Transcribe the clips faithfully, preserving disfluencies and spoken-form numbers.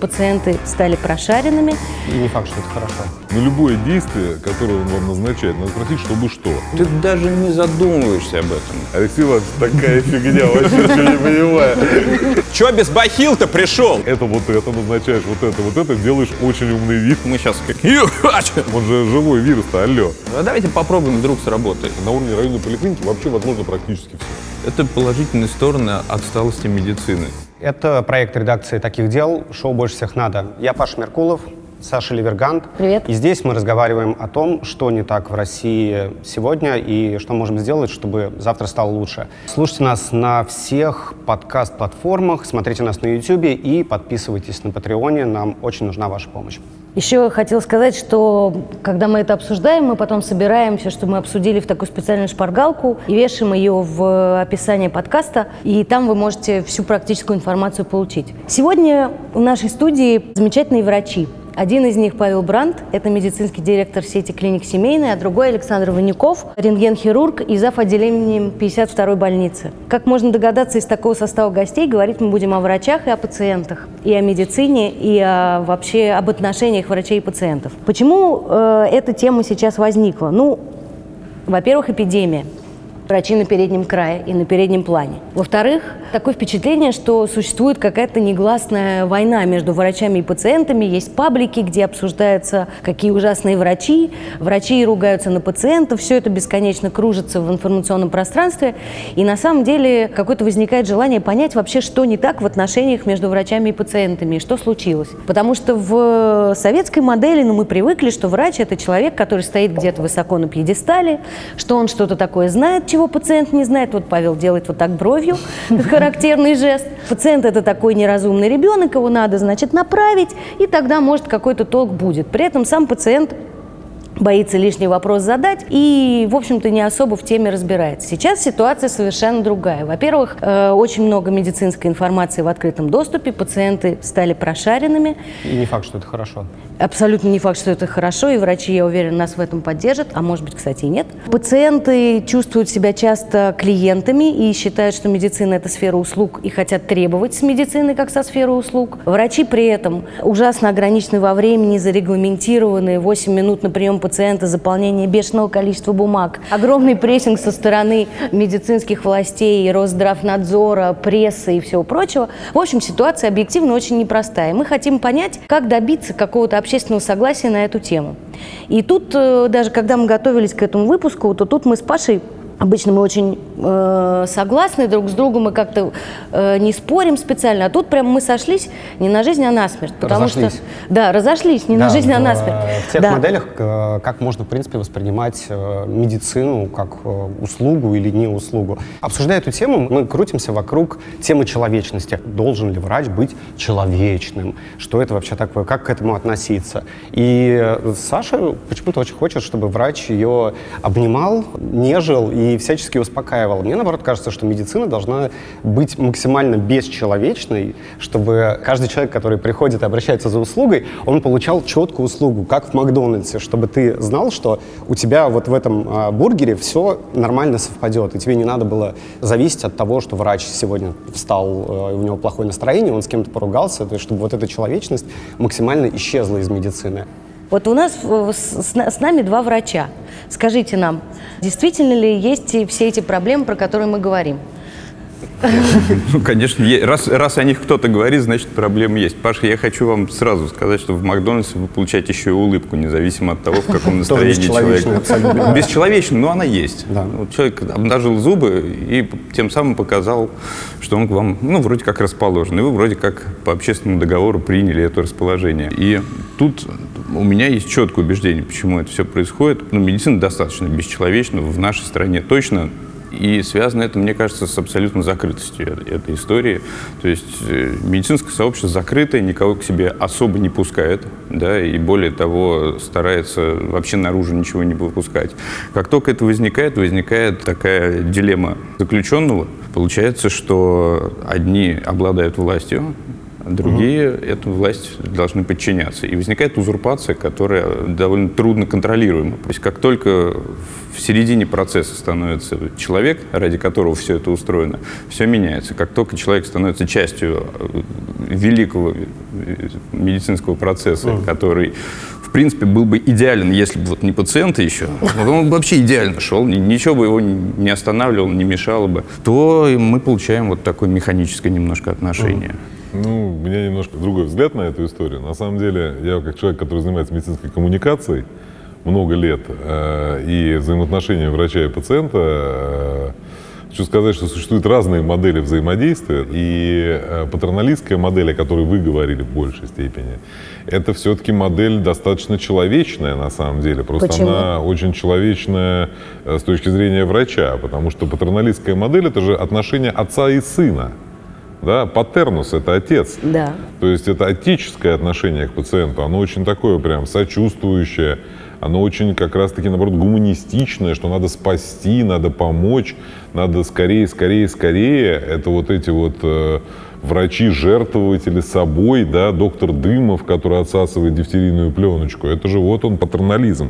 пациенты стали прошаренными. И не факт, что это хорошо. Но любое действие, которое он вам назначает, надо спросить, чтобы что. Ты даже не задумываешься об этом. Алексей Иванович, такая фигня, вообще ничего не понимаю. Чё без бахил-то пришел? Это вот это назначаешь, вот это, вот это, делаешь очень умный вид. Мы сейчас как... Он же живой вирус-то, алло. А давайте попробуем, вдруг сработает. На уровне районной поликлиники вообще возможно практически все. Это положительные стороны отсталости медицины. Это проект редакции «Таких дел», шоу «Больше всех надо». Я Паша Меркулов, Саша Ливергант. Привет. И здесь мы разговариваем о том, что не так в России сегодня и что можем сделать, чтобы завтра стало лучше. Слушайте нас на всех подкаст-платформах, смотрите нас на Ютубе и подписывайтесь на Патреоне. Нам очень нужна ваша помощь. Еще хотела сказать, что когда мы это обсуждаем, мы потом собираем все, что мы обсудили, в такую специальную шпаргалку и вешаем ее в описании подкаста, и там вы можете всю практическую информацию получить. Сегодня в нашей студии замечательные врачи. Один из них Павел Брандт, это медицинский директор сети клиник «Семейная», а другой Александр Ванюков, рентген-хирург и зав. Отделением пятьдесят второй больницы. Как можно догадаться из такого состава гостей, говорить мы будем о врачах и о пациентах, и о медицине, и о, вообще об отношениях врачей и пациентов. Почему э, эта тема сейчас возникла? Ну, во-первых, эпидемия. Врачи на переднем крае и на переднем плане. Во-вторых, такое впечатление, что существует какая-то негласная война между врачами и пациентами. Есть паблики, где обсуждаются, какие ужасные врачи. Врачи ругаются на пациентов. Все это бесконечно кружится в информационном пространстве. И на самом деле какое-то возникает желание понять вообще, что не так в отношениях между врачами и пациентами, и что случилось. Потому что в советской модели ну, мы привыкли, что врач – это человек, который стоит где-то высоко на пьедестале, что он что-то такое знает, чего пациент не знает. Вот Павел делает вот так бровью, характерный жест. Пациент – это такой неразумный ребенок, его надо, значит, направить, и тогда, может, какой-то толк будет. При этом сам пациент боится лишний вопрос задать и, в общем-то, не особо в теме разбирается. Сейчас ситуация совершенно другая. Во-первых, э, очень много медицинской информации в открытом доступе, пациенты стали прошаренными. И не факт, что это хорошо. Абсолютно не факт, что это хорошо, и врачи, я уверена, нас в этом поддержат, а может быть, кстати, и нет. Пациенты чувствуют себя часто клиентами и считают, что медицина – это сфера услуг, и хотят требовать с медицины как со сферы услуг. Врачи при этом ужасно ограничены во времени, зарегламентированы, восемь минут на прием пациента, заполнение бешеного количества бумаг, огромный прессинг со стороны медицинских властей, Росздравнадзора, прессы и всего прочего. В общем, ситуация объективно очень непростая. Мы хотим понять, как добиться какого-то общественного согласия на эту тему. И тут, даже когда мы готовились к этому выпуску, то тут мы с Пашей, обычно мы очень э, согласны друг с другом, мы как-то э, не спорим специально, а тут прям мы сошлись не на жизнь, а на смерть. Потому разошлись. Что, да, разошлись, не да, на жизнь, в, а на смерть. В тех да. моделях, э, как можно, в принципе, воспринимать э, медицину как э, услугу или не услугу. Обсуждая эту тему, мы крутимся вокруг темы человечности. Должен ли врач быть человечным? Что это вообще такое? Как к этому относиться? И Саша почему-то очень хочет, чтобы врач ее обнимал, нежил и всячески успокаивал. Мне, наоборот, кажется, что медицина должна быть максимально бесчеловечной, чтобы каждый человек, который приходит и обращается за услугой, он получал четкую услугу, как в Макдональдсе, чтобы ты знал, что у тебя вот в этом а, бургере все нормально совпадет, и тебе не надо было зависеть от того, что врач сегодня встал, а, у него плохое настроение, он с кем-то поругался, то есть чтобы вот эта человечность максимально исчезла из медицины. Вот у нас с, с нами два врача. Скажите нам, действительно ли есть все эти проблемы, про которые мы говорим? Ну, конечно, раз, раз о них кто-то говорит, значит, проблемы есть. Паша, я хочу вам сразу сказать, что в Макдональдсе вы получаете еще и улыбку, независимо от того, в каком настроении человек. Бесчеловечно, но она есть. Да. Вот человек обнажил зубы и тем самым показал, что он к вам, ну, вроде как расположен. И вы вроде как по общественному договору приняли это расположение. И тут у меня есть четкое убеждение, почему это все происходит. Ну, медицина достаточно бесчеловечна, в нашей стране точно. И связано это, мне кажется, с абсолютной закрытостью этой истории. То есть медицинское сообщество закрытое, никого к себе особо не пускает, да, и более того, старается вообще наружу ничего не выпускать. Как только это возникает, возникает такая дилемма заключенного. Получается, что одни обладают властью, другие угу. эту власть должны подчиняться. И возникает узурпация, которая довольно трудно контролируема. То есть как только в середине процесса становится человек, ради которого все это устроено, все меняется. Как только человек становится частью великого медицинского процесса, угу. который, в принципе, был бы идеален, если бы вот не пациенты еще, он бы вообще идеально шел, ничего бы его не останавливало, не мешало бы, то мы получаем вот такое механическое немножко отношение. Ну, у меня немножко другой взгляд на эту историю. На самом деле, я как человек, который занимается медицинской коммуникацией много лет, э, и взаимоотношения врача и пациента, э, хочу сказать, что существуют разные модели взаимодействия, и э, патерналистская модель, о которой вы говорили в большей степени, это все-таки модель достаточно человечная на самом деле. Просто Почему? Она очень человечная э, с точки зрения врача, потому что патерналистская модель — это же отношение отца и сына. Да, патернус — это отец. Да. То есть это отеческое отношение к пациенту. Оно очень такое прям сочувствующее, оно очень как раз-таки, наоборот, гуманистичное, что надо спасти, надо помочь, надо скорее, скорее, скорее. Это вот эти вот э, врачи-жертвователи собой, да, доктор Дымов, который отсасывает дифтерийную пленочку. Это же вот он, патернализм.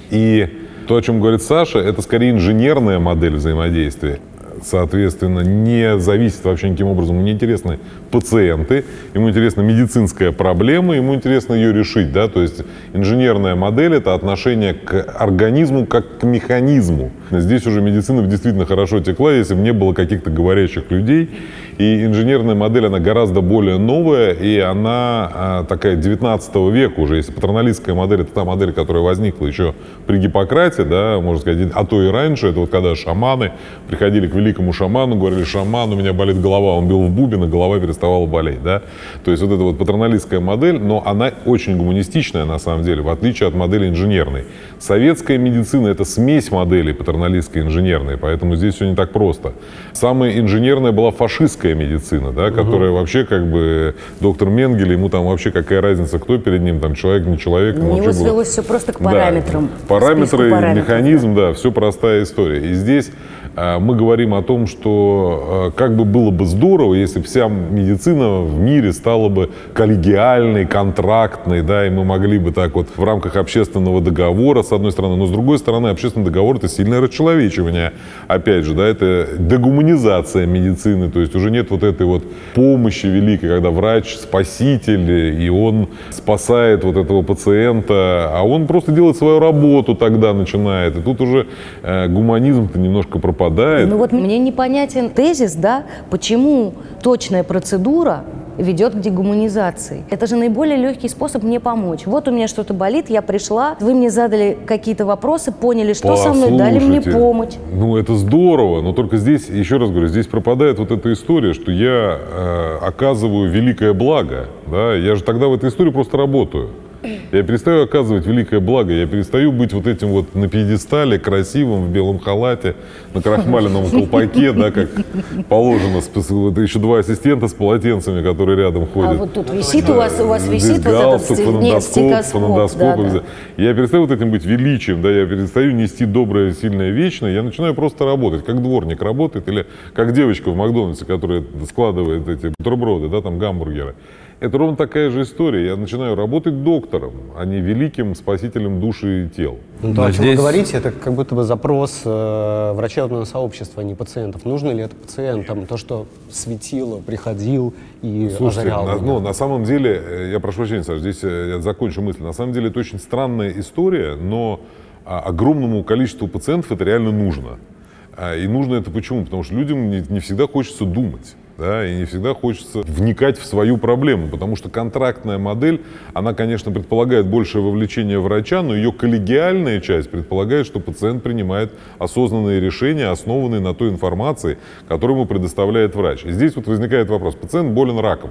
И то, о чем говорит Саша, это скорее инженерная модель взаимодействия. Соответственно, не зависит вообще никаким образом. Ему не интересны пациенты, ему интересна медицинская проблема, ему интересно ее решить. Да? То есть инженерная модель — это отношение к организму как к механизму. Здесь уже медицина действительно хорошо текла, если бы не было каких-то говорящих людей. И инженерная модель, она гораздо более новая, и она а, такая девятнадцатого века уже. Если патерналистская модель — это та модель, которая возникла еще при Гиппократе, да, можно сказать, а то и раньше. Это вот когда шаманы приходили к великому шаману, говорили: шаман, у меня болит голова, он бил в бубен, и голова переставала болеть. Да? То есть вот эта вот патерналистская модель, но она очень гуманистичная на самом деле, в отличие от модели инженерной. Советская медицина — это смесь моделей патерналистской и инженерной, поэтому здесь все не так просто. Самая инженерная была фашистская медицина, да, которая угу. вообще как бы доктор Менгеле, ему там вообще какая разница, кто перед ним, там человек, не человек. У него свелось было... все просто к параметрам. Да. Параметры, механизм, да, все простая история. И здесь а, мы говорим о том, что а, как бы было бы здорово, если бы вся медицина в мире стала бы коллегиальной, контрактной, да, и мы могли бы так вот в рамках общественного договора, с одной стороны, но с другой стороны, общественный договор — это сильное расчеловечивание. Опять же, да, это дегуманизация медицины, то есть уже нет вот этой вот помощи великой, когда врач — спаситель, и он спасает вот этого пациента, а он просто делает свою работу тогда начинает, и тут уже э, гуманизм-то немножко пропадает. Ну вот мне непонятен тезис, да, почему точная процедура ведет к дегуманизации. Это же наиболее легкий способ мне помочь. Вот у меня что-то болит, я пришла, вы мне задали какие-то вопросы, поняли, что Послушайте, со мной, дали мне помощь. Ну, это здорово, но только здесь, еще раз говорю, здесь пропадает вот эта история, что я э, оказываю великое благо, да, я же тогда в этой истории просто работаю. Я перестаю оказывать великое благо, я перестаю быть вот этим вот на пьедестале, красивым, в белом халате, на крахмаленном колпаке, да, как положено. Вот еще два ассистента с полотенцами, которые рядом ходят. А вот тут висит да. у вас, у вас висит здесь вот этот фонендоскоп, фонендоскоп. Да, да. Я перестаю вот этим быть величием, да, я перестаю нести доброе, сильное, вечное, я начинаю просто работать, как дворник работает, или как девочка в Макдональдсе, которая складывает эти бутерброды, да, там гамбургеры. Это ровно такая же история. Я начинаю работать доктором, а не великим спасителем души и тел. Ну, то, о чем здесь... вы говорите, это как будто бы запрос э, врачебного сообщества, а не пациентов. Нужно ли это пациентам, то, что светило, приходил и Слушайте, озарял? На, ну, на самом деле, я прошу прощения, Саша, здесь я закончу мысль. На самом деле это очень странная история, но а, огромному количеству пациентов это реально нужно. А, и нужно это почему? Потому что людям не, не всегда хочется думать. Да, и не всегда хочется вникать в свою проблему, потому что контрактная модель, она, конечно, предполагает большее вовлечение врача, но ее коллегиальная часть предполагает, что пациент принимает осознанные решения, основанные на той информации, которую ему предоставляет врач. И здесь вот возникает вопрос. Пациент болен раком.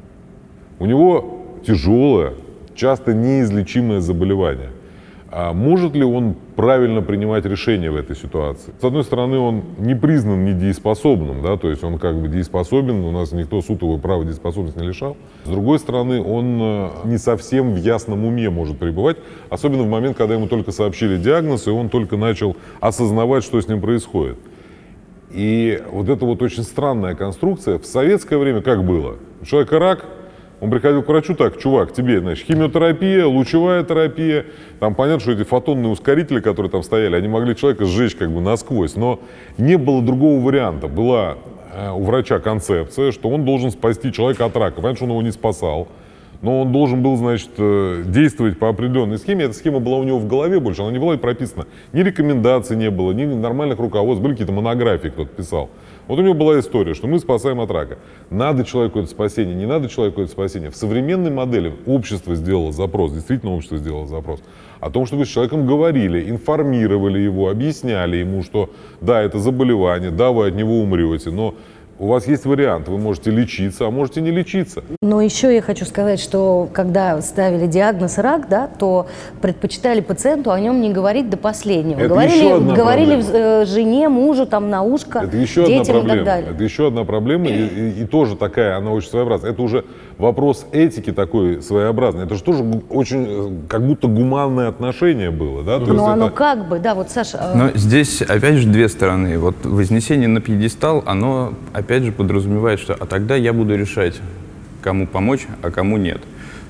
У него тяжелое, часто неизлечимое заболевание. А может ли он правильно принимать решения в этой ситуации? С одной стороны, он не признан недееспособным, да, то есть он как бы дееспособен, у нас никто суд его права дееспособности не лишал. С другой стороны, он не совсем в ясном уме может пребывать, особенно в момент, когда ему только сообщили диагноз, и он только начал осознавать, что с ним происходит. И вот это вот очень странная конструкция. В советское время как было? У человека рак, Он приходил к врачу, так, чувак, тебе, значит, химиотерапия, лучевая терапия. Там понятно, что эти фотонные ускорители, которые там стояли, они могли человека сжечь как бы насквозь. Но не было другого варианта. Была э, у врача концепция, что он должен спасти человека от рака. Понятно, что он его не спасал. Но он должен был, значит, действовать по определенной схеме. Эта схема была у него в голове больше, она не была и прописана. Ни рекомендаций не было, ни нормальных руководств, были какие-то монографии, кто-то писал. Вот у него была история, что мы спасаем от рака. Надо человеку это спасение, не надо человеку это спасение. В современной модели общество сделало запрос, действительно общество сделало запрос, о том, чтобы с человеком говорили, информировали его, объясняли ему, что да, это заболевание, да, вы от него умрете, но у вас есть вариант, вы можете лечиться, а можете не лечиться. Но еще я хочу сказать, что когда ставили диагноз рак, да, то предпочитали пациенту о нем не говорить до последнего. Это говорили еще одна говорили проблема. э, жене, мужу, там, на ушко, Это еще одна детям и проблема. так далее. Это еще одна проблема, и, и, и тоже такая, она очень своеобразная. Это уже вопрос этики такой своеобразный. Это же тоже очень, как будто гуманное отношение было, да? То Ну, есть оно это... как бы, да, вот, Саша... э, Но здесь, опять же, две стороны. Вот вознесение на пьедестал, оно, опять же, подразумевает, что а тогда я буду решать, кому помочь, а кому нет.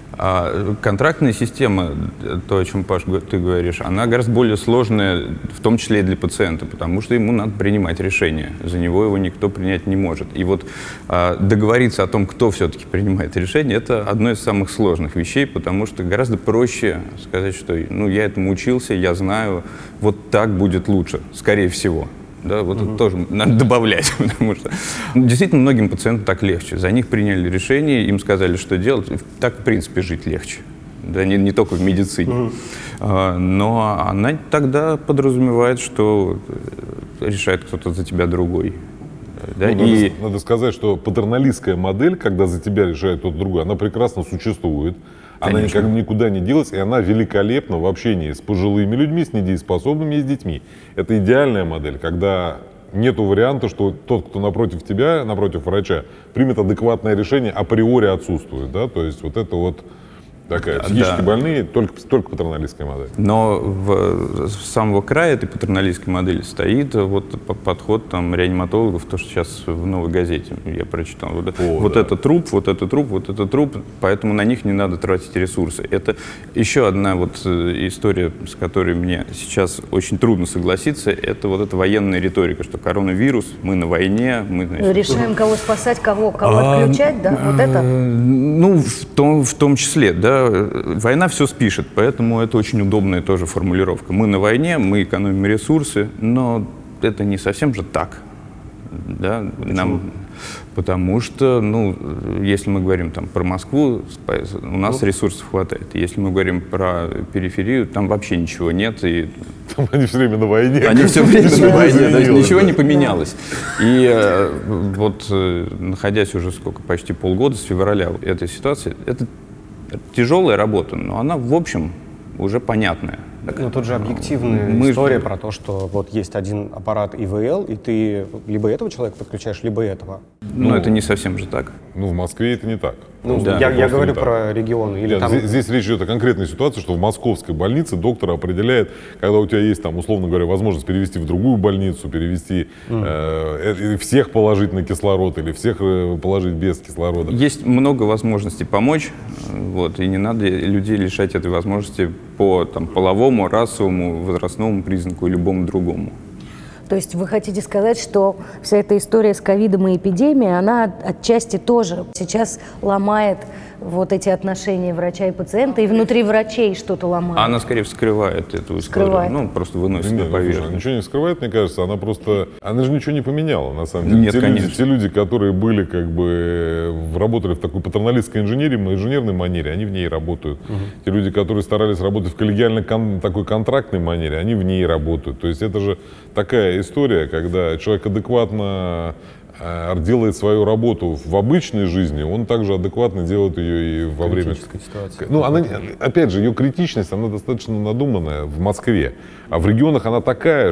А контрактная система, то, о чем, Паш, ты говоришь, она гораздо более сложная, в том числе и для пациента, потому что ему надо принимать решение. За него его никто принять не может. И вот а, договориться о том, кто все-таки принимает решение, это одно из самых сложных вещей, потому что гораздо проще сказать, что ну, я этому учился, я знаю, вот так будет лучше, скорее всего. Да, вот uh-huh. это тоже надо добавлять, потому что ну, действительно многим пациентам так легче. За них приняли решение, им сказали, что делать. Так, в принципе, жить легче. Да, не, не только в медицине. Uh-huh. А, но она тогда подразумевает, что решает кто-то за тебя другой. Да, ну, и... надо, надо сказать, что патерналистская модель, когда за тебя решает кто-то другой, она прекрасно существует. Она никогда никуда не делась, и она великолепна в общении с пожилыми людьми, с недееспособными и с детьми. Это идеальная модель, когда нету варианта, что тот, кто напротив тебя, напротив врача, примет адекватное решение, априори отсутствует. Да? То есть вот это вот такая, психически да. больные, только, только патерналистская модель. Но в, с самого края этой патерналистской модели стоит вот подход там, реаниматологов, то, что сейчас в «Новой газете» я прочитал. Вот, О, вот да. это труп, вот это труп, вот это труп, поэтому на них не надо тратить ресурсы. Это еще одна вот история, с которой мне сейчас очень трудно согласиться, это вот эта военная риторика, что коронавирус, мы на войне, мы... Значит, решаем, кого спасать, кого, кого а, отключать, да, вот это? Ну, в том, в том числе, да. Война все спишет, поэтому это очень удобная тоже формулировка. Мы на войне, мы экономим ресурсы, но это не совсем же так. Да? Нам, потому что, ну, если мы говорим там, про Москву, у нас ну. ресурсов хватает. Если мы говорим про периферию, там вообще ничего нет. И... Там они все время на войне. Они все время на войне, то есть ничего не поменялось. И э, вот, э, находясь уже сколько, почти полгода с февраля этой ситуации, это тяжелая работа, но она, в общем, уже понятная. Но тут же объективная Мы... история про то, что вот есть один аппарат И В Л, и ты либо этого человека подключаешь, либо этого. Но ну, это не совсем же так. Ну, в Москве это не так. Ну, да. Я, я говорю про регионы. Или Нет, там... здесь, здесь речь идет о конкретной ситуации, что в московской больнице доктор определяет, когда у тебя есть, там, условно говоря, возможность перевести в другую больницу, перевести, mm. э, всех положить на кислород или всех положить без кислорода. Есть много возможностей помочь, вот, и не надо людей лишать этой возможности по там, половому, расовому, возрастному признаку и любому другому. То есть вы хотите сказать, что вся эта история с ковидом и эпидемией, она отчасти тоже сейчас ломает вот эти отношения врача и пациента, и внутри врачей что-то ломает? Она скорее вскрывает эту историю, скрывает. ну, просто выносит Нет, на поверхность. Она ничего не скрывает, мне кажется, она просто... Она же ничего не поменяла, на самом деле. Нет, те, конечно. люди, те люди, которые были, как бы, работали в такой патерналистской инженерии, инженерной манере, они в ней работают. Угу. Те люди, которые старались работать в коллегиальной, кон, такой контрактной манере, они в ней работают. То есть это же такая история, когда человек адекватно делает свою работу в обычной жизни, он также адекватно делает ее и во время... ситуации. Ну, она, опять же, ее критичность, она достаточно надуманная в Москве. А в регионах она такая,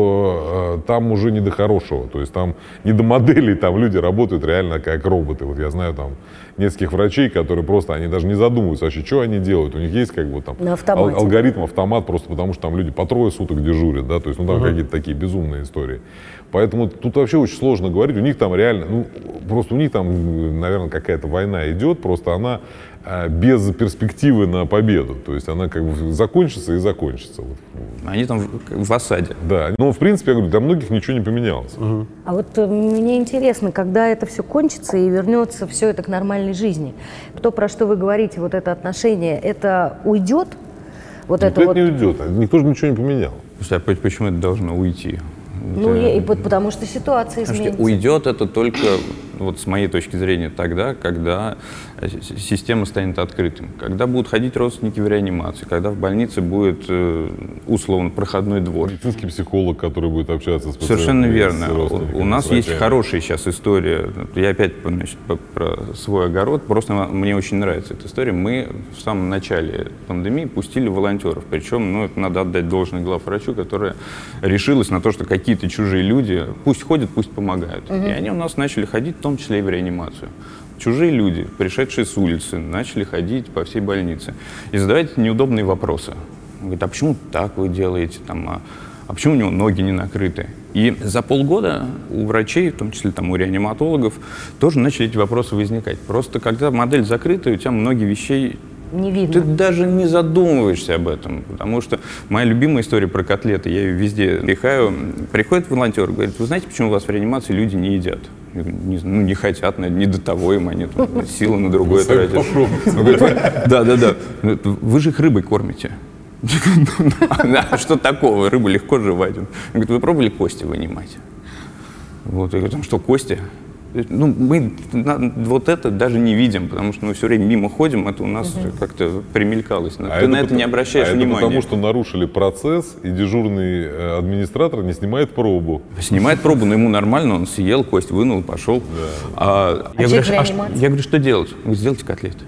что э, там уже не до хорошего. То есть там не до моделей, там люди работают реально как роботы. Вот я знаю там нескольких врачей, которые просто, они даже не задумываются вообще, что они делают. У них есть как бы там ал- алгоритм, автомат, просто потому что там люди по трое суток дежурят, да, то есть ну там uh-huh. какие-то такие безумные истории. Поэтому тут вообще очень сложно говорить. У них них там реально, ну, просто у них там, наверное, какая-то война идет, просто она без перспективы на победу. То есть она как бы закончится и закончится. Они там в, в осаде. Да. Но, в принципе, я говорю, для многих ничего не поменялось. Угу. А вот э, мне интересно, когда это все кончится и вернется все это к нормальной жизни, то, про что вы говорите, вот это отношение, это уйдет? Вот Нет, это, это вот... не уйдет. Никто же ничего не поменял. Слушайте, а почему это должно уйти? Ну, это... и, потому что ситуация изменится. Уйдет это только, вот с моей точки зрения, тогда, когда система станет открытым. Когда будут ходить родственники в реанимации, когда в больнице будет, условно, проходной двор. Медицинский психолог, который будет общаться с пациентами. Совершенно верно. У, у нас есть хорошая сейчас история. Я опять, значит, про свой огород. Просто мне очень нравится эта история. Мы в самом начале пандемии пустили волонтеров. Причем, ну, это надо отдать должное главврачу, которая решилась на то, что какие-то чужие люди пусть ходят, пусть помогают. Угу. И они у нас начали ходить, в том числе и в реанимацию. Чужие люди, пришедшие с улицы, начали ходить по всей больнице и задавать неудобные вопросы. Он говорит, а почему так вы делаете? Там, а, а почему у него ноги не накрыты? И за полгода у врачей, в том числе там, у реаниматологов, тоже начали эти вопросы возникать. Просто когда модель закрыта, у тебя многие вещей не видно. Ты даже не задумываешься об этом, потому что моя любимая история про котлеты, я ее везде пихаю. Приходит волонтер, говорит, вы знаете, почему у вас в реанимации люди не едят? Не, ну, не хотят, не до того им, они там, силы на другое тратят. Да, да, да. Вы же их рыбой кормите. Что такого? Рыбу легко жевать. Он говорит, вы пробовали кости вынимать? Вот, я говорю, там что, кости? Ну, мы вот это даже не видим, потому что мы все время мимо ходим, это у нас угу. как-то примелькалось. Ты а на это, это не обращаешь а внимания. Это потому, что нарушили процесс, и дежурный администратор не снимает пробу. Снимает пробу, но ему нормально, он съел, кость вынул, пошел. Да. А, а я, говорю, а, я говорю, что делать? Вы сделайте котлеты.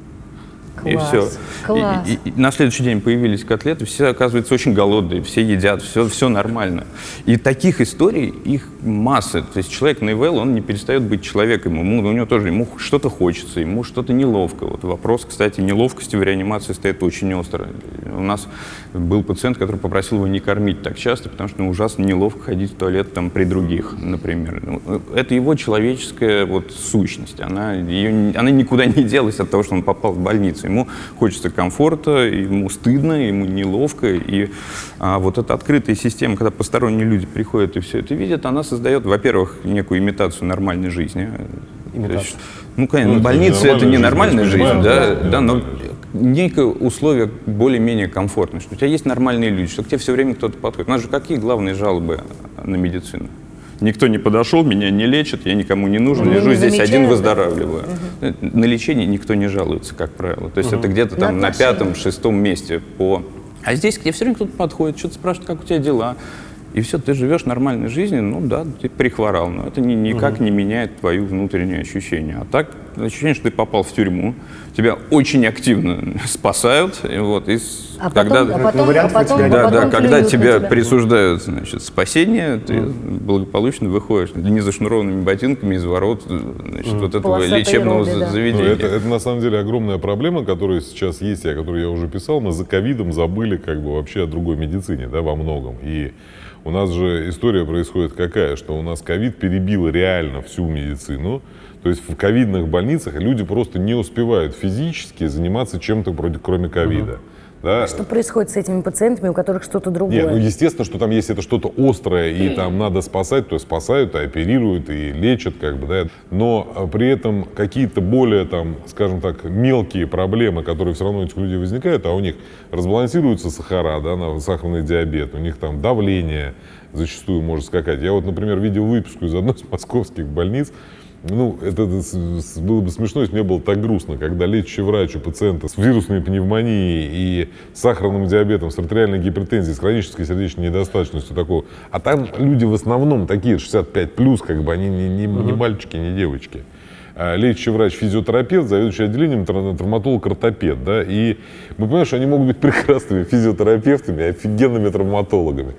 Класс, и все. Класс. И, и, и на следующий день появились котлеты, все, оказывается, очень голодные, все едят, все, все нормально. И таких историй, их масса. То есть человек на ИВЛ, он не перестает быть человеком, ему, у него тоже ему что-то хочется, ему что-то неловко. Вот вопрос, кстати, неловкости в реанимации стоит очень остро. У нас был пациент, который попросил его не кормить так часто, потому что ну, ужасно неловко ходить в туалет там, при других, например. Это его человеческая вот, сущность. Она, ее, она никуда не делась от того, что он попал в больницу. Ему хочется комфорта, ему стыдно, ему неловко. И а, вот эта открытая система, когда посторонние люди приходят и все это видят, она создает, во-первых, некую имитацию нормальной жизни. Есть, ну, конечно, ну, больница — это не нормальная жизнь, жизнь да, да, да, но некое условие более-менее комфортное, что у тебя есть нормальные люди, что к тебе все время кто-то подходит. У нас же какие главные жалобы на медицину? Никто не подошел, меня не лечат, я никому не нужен, ну, лежу не здесь один, выздоравливаю. Угу. На лечение никто не жалуется, как правило. То есть угу. это где-то там на, на пятом, шестом месте по... А здесь к тебе все время кто-то подходит, что-то спрашивает, как у тебя дела. И все, ты живешь нормальной жизнью, ну да, ты прихворал, но это ни, никак угу. не меняет твою внутреннее ощущение. А так, ощущение, что ты попал в тюрьму, тебя очень активно спасают, и вот, и а когда, потом, а потом, да, а потом, да, а потом да, когда тебя, тебя присуждают, значит, спасение, ты mm. благополучно выходишь не зашнурованными ботинками из ворот, значит, mm. вот этого Полосатые лечебного роды, да. заведения. Ну, это, это на самом деле огромная проблема, которая сейчас есть, и о которой я уже писал. Мы за ковидом забыли как бы вообще о другой медицине, да, во многом. И у нас же история происходит какая, что у нас ковид перебил реально всю медицину. То есть в ковидных больницах люди просто не успевают физически заниматься чем-то кроме ковида. Uh-huh. Да? Что происходит с этими пациентами, у которых что-то другое? Нет, ну естественно, что там есть это что-то острое, и там надо спасать, то спасают, и оперируют, и лечат, как бы, да. Но при этом какие-то более, там, скажем так, мелкие проблемы, которые все равно у этих людей возникают, а у них разбалансируются сахара, да, на сахарный диабет, у них там давление зачастую может скакать. Я вот, например, видел выписку из одной из московских больниц. Ну, это, это было бы смешно, если мне было так грустно, когда лечащий врач у пациента с вирусной пневмонией и сахарным диабетом, с артериальной гипертензией, с хронической сердечной недостаточностью такого. А там люди в основном такие шестьдесят пять плюс, как бы они не, не, не мальчики, не девочки. А лечащий врач, физиотерапевт, заведующий отделением, травматолог, ортопед, да, и мы понимаем, что они могут быть прекрасными физиотерапевтами, офигенными травматологами.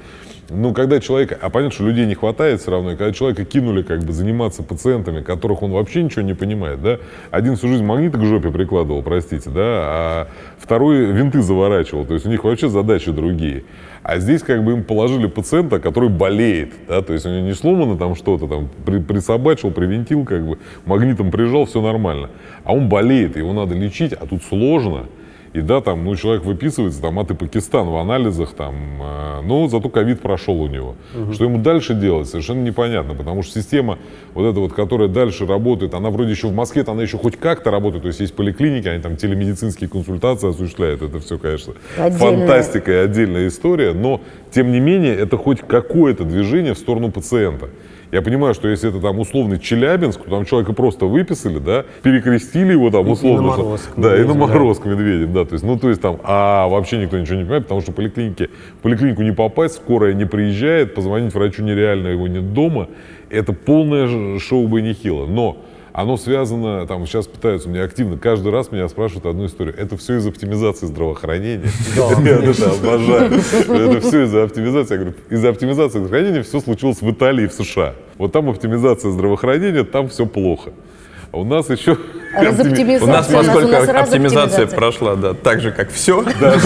Ну, когда человека, а понятно, что людей не хватает все равно, и когда человека кинули как бы заниматься пациентами, которых он вообще ничего не понимает, да, один всю жизнь магниты к жопе прикладывал, простите, да, а второй винты заворачивал, то есть у них вообще задачи другие. А здесь как бы им положили пациента, который болеет, да, то есть у него не сломано там что-то, там при, присобачил, привинтил, как бы магнитом прижал, все нормально. А он болеет, его надо лечить, а тут сложно. И да, там, ну, человек выписывается, там, аты Пакистан в анализах, там, э, но зато ковид прошел у него. Угу. Что ему дальше делать, совершенно непонятно, потому что система вот эта вот, которая дальше работает, она вроде еще в Москве, она еще хоть как-то работает, то есть есть поликлиники, они там телемедицинские консультации осуществляют, это все, конечно, отдельная. Фантастика и отдельная история, но, тем не менее, это хоть какое-то движение в сторону пациента. Я понимаю, что если это там условный Челябинск, то там человека просто выписали, да, перекрестили его там условно. И на мороз к медведям. Да, и на мороз к медведям, да, то есть, ну, то есть там, а вообще никто ничего не понимает, потому что в поликлинике, в поликлинику не попасть, скорая не приезжает, позвонить врачу нереально, его нет дома, это полное шоу бы нехило, но оно связано, там сейчас пытаются мне активно, каждый раз меня спрашивают одну историю. Это все из оптимизации здравоохранения. Я это обожаю. Это все из-за оптимизации. Я говорю, из-за оптимизации здравоохранения все случилось в Италии и в США. Вот там оптимизация здравоохранения, там все плохо. А у нас еще... А у нас, поскольку оптимизация прошла, да, так же, как все. У нас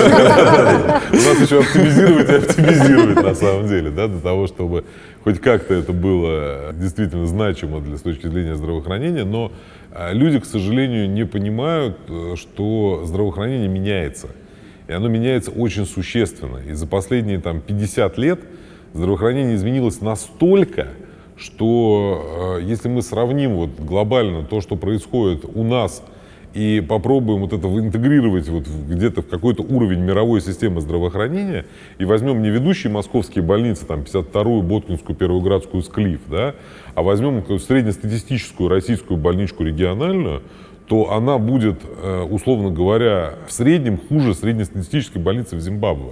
еще оптимизировать и оптимизировать, на самом деле, да, для того, чтобы хоть как-то это было действительно значимо для, с точки зрения здравоохранения, но люди, к сожалению, не понимают, что здравоохранение меняется. И оно меняется очень существенно. И за последние там, пятьдесят лет здравоохранение изменилось настолько, что э, если мы сравним вот глобально то, что происходит у нас, и попробуем вот это интегрировать вот где-то в какой-то уровень мировой системы здравоохранения, и возьмем не ведущие московские больницы, там, пятьдесят вторую, Боткинскую, Первоградскую, Склиф, да, а возьмем среднестатистическую российскую больничку региональную, то она будет, э, условно говоря, в среднем хуже среднестатистической больницы в Зимбабве.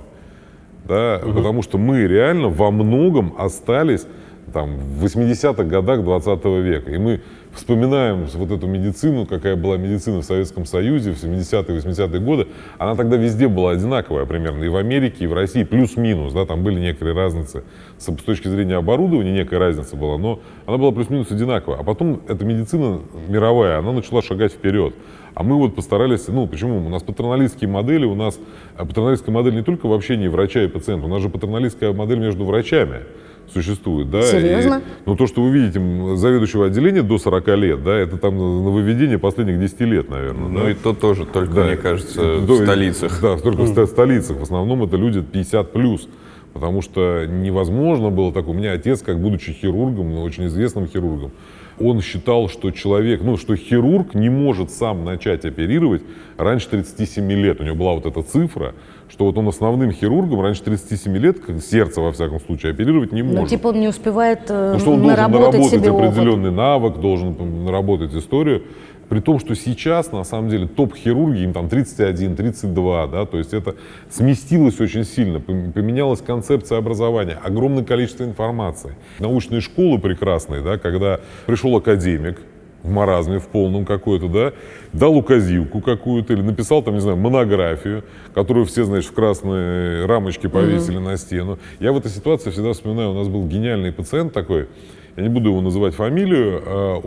Да, угу. Потому что мы реально во многом остались там, в восьмидесятых годах двадцатого века. И мы вспоминаем вот эту медицину, какая была медицина в Советском Союзе в семидесятые, восьмидесятые годы. Она тогда везде была одинаковая примерно. И в Америке, и в России плюс-минус. Да, там были некоторые разницы. С, с точки зрения оборудования некая разница была, но она была плюс-минус одинаковая. А потом эта медицина мировая, она начала шагать вперед. А мы вот постарались, ну почему? У нас патерналистские модели, у нас патерналистская модель не только в общении врача и пациента, у нас же патерналистская модель между врачами существует, да. Серьезно? И, ну, то, что вы видите заведующего отделения до сорока лет, да, это там нововведение последних десяти лет, наверное. Ну, да? И то тоже, только, да. Мне кажется, до, в столицах. Да, только mm. в столицах. В основном это люди пятьдесят плюс. Потому что невозможно было так. У меня отец, как будучи хирургом, но очень известным хирургом, он считал, что человек, ну, что хирург не может сам начать оперировать раньше тридцати семи лет. У него была вот эта цифра, что вот он основным хирургом раньше тридцати семи лет, как сердце, во всяком случае, оперировать не может. Ну, типа он не успевает э, ну, что он наработать должен наработать себе определенный опыт. навык, должен наработать историю. При том, что сейчас, на самом деле, топ-хирурги, им там тридцать один, тридцать два, да, то есть это сместилось очень сильно, поменялась концепция образования, огромное количество информации. Научные школы прекрасные, да, когда пришел академик, в маразме, в полном какой-то, да, дал указивку какую-то или написал там, не знаю, монографию, которую все, значит, в красной рамочке повесили mm-hmm. на стену. Я в этой ситуации всегда вспоминаю, у нас был гениальный пациент такой, я не буду его называть фамилию,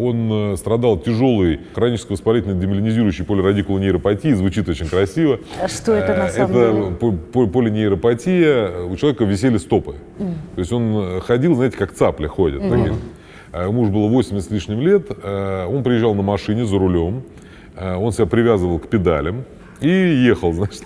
он страдал тяжелой хронической воспалительной демиелинизирующей полирадикулой нейропатией, звучит очень красиво. А что это на самом это деле? Это полинейропатия, у человека висели стопы. Mm. То есть он ходил, знаете, как цапли ходят. Mm. Муж было восемьдесят с лишним лет, он приезжал на машине за рулем, он себя привязывал к педалям и ехал, значит.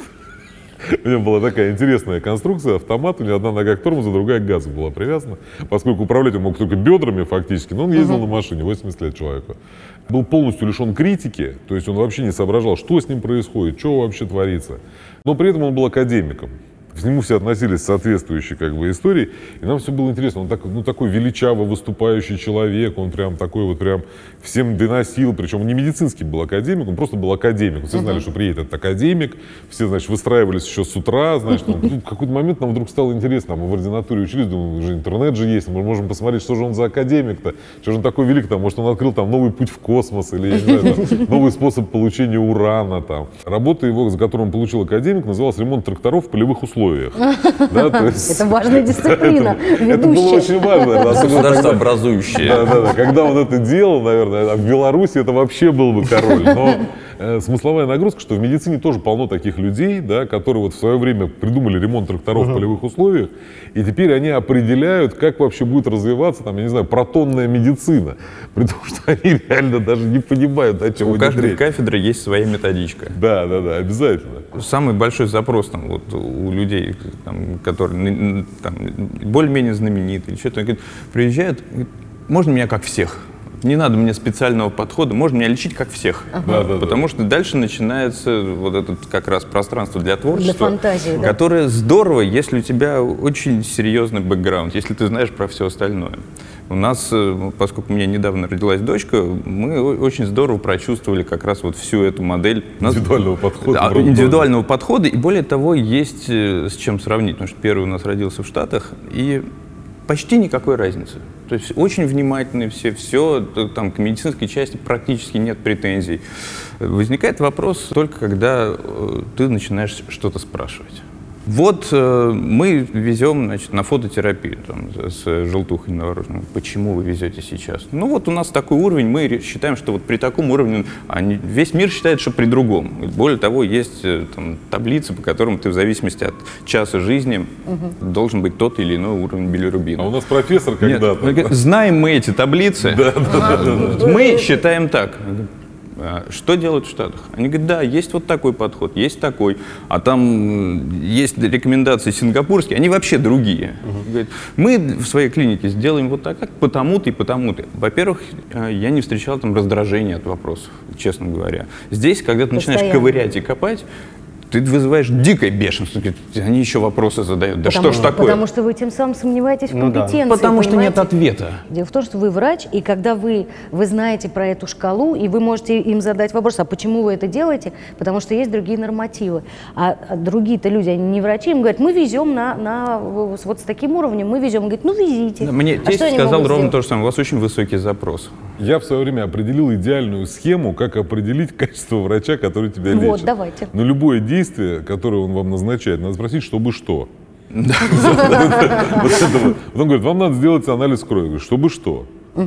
У него была такая интересная конструкция, автомат, у него одна нога к тормозу, другая к газу была привязана, поскольку управлять он мог только бедрами фактически, но он ездил uh-huh. на машине, восемьдесят лет человеку. Был полностью лишен критики, то есть он вообще не соображал, что с ним происходит, что вообще творится. Но при этом он был академиком. К нему все относились соответствующие как бы истории, и нам все было интересно. Он так, ну, такой величаво выступающий человек, он прям такой вот прям всем доносил, причем он не медицинский был академик, он просто был академик. Все знали, uh-huh. что приедет этот академик, все, значит, выстраивались еще с утра, значит, он, ну, в какой-то момент нам вдруг стало интересно, мы в ординатуре учились, думаю, уже интернет же есть, мы можем посмотреть, что же он за академик-то, что же он такой велик, там, может, он открыл там новый путь в космос или, я не знаю, там, новый способ получения урана, там. Работа его, за которую он получил академик, называлась «Ремонт тракторов в полевых условиях». условиях. Это важная дисциплина. Это было очень важно. Государствообразующее. Да, да, да. Когда он это делал, наверное, а в Беларуси это вообще был бы король. Но э, смысловая нагрузка, что в медицине тоже полно таких людей, да, которые вот в свое время придумали ремонт тракторов в полевых условиях, и теперь они определяют, как вообще будет развиваться, там, я не знаю, протонная медицина. При том, что они реально даже не понимают, о чем У каждой речь. кафедры есть своя методичка. Да, да, да, обязательно. Самый большой запрос там, вот, у людей, там, которые там, более-менее знаменитые, или что-то, говорит, приезжают, говорит, можно меня как всех? Не надо мне специального подхода, можно меня лечить как всех. Ага. Да, да, Потому да. что дальше начинается вот это как раз пространство для творчества, Для фантазии, да. которое здорово, если у тебя очень серьезный бэкграунд, если ты знаешь про все остальное. У нас, поскольку у меня недавно родилась дочка, мы очень здорово прочувствовали как раз вот всю эту модель. У нас, Индивидуального подхода. Да, индивидуального подхода, и более того, есть с чем сравнить, потому что первый у нас родился в Штатах, и почти никакой разницы. То есть очень внимательны все, все, там, к медицинской части практически нет претензий. Возникает вопрос только, когда э, ты начинаешь что-то спрашивать. Вот э, мы везем, значит, на фототерапию там, с желтухой новорожденным. Почему вы везете сейчас? Ну вот у нас такой уровень, мы считаем, что вот при таком уровне, они, весь мир считает, что при другом. Более того, есть там, таблицы, по которым ты в зависимости от часа жизни угу. должен быть тот или иной уровень билирубина. А у нас профессор когда-то. Нет, знаем мы эти таблицы, Да, да, да, да. мы считаем так. Что делают в Штатах? Они говорят, да, есть вот такой подход, есть такой, а там есть рекомендации сингапурские, они вообще другие. Uh-huh. Говорят, мы в своей клинике сделаем вот так, как потому-то и потому-то. Во-первых, я не встречал там раздражения от вопросов, честно говоря. Здесь, когда ты Постоянно. начинаешь ковырять и копать, ты вызываешь дикое бешенство. Они еще вопросы задают. Да потому, что ж такое? Потому что вы тем самым сомневаетесь в Ну да. компетенции. Потому что нет понимаете? ответа. Дело в том, что вы врач, и когда вы, вы знаете про эту шкалу, и вы можете им задать вопрос, а почему вы это делаете? Потому что есть другие нормативы. А, а другие-то люди, они не врачи, им говорят, мы везем на, на, вот с таким уровнем, мы везем. Он говорит, ну везите. Мне а тесть что они сказал могут ровно сделать? то же самое. У вас очень высокий запрос. Я в свое время определил идеальную схему, как определить качество врача, который тебя лечит. Вот, давайте. Но любое действие, которое он вам назначает, надо спросить, чтобы что. Вот он говорит, вам надо сделать анализ крови. Я говорю, чтобы что?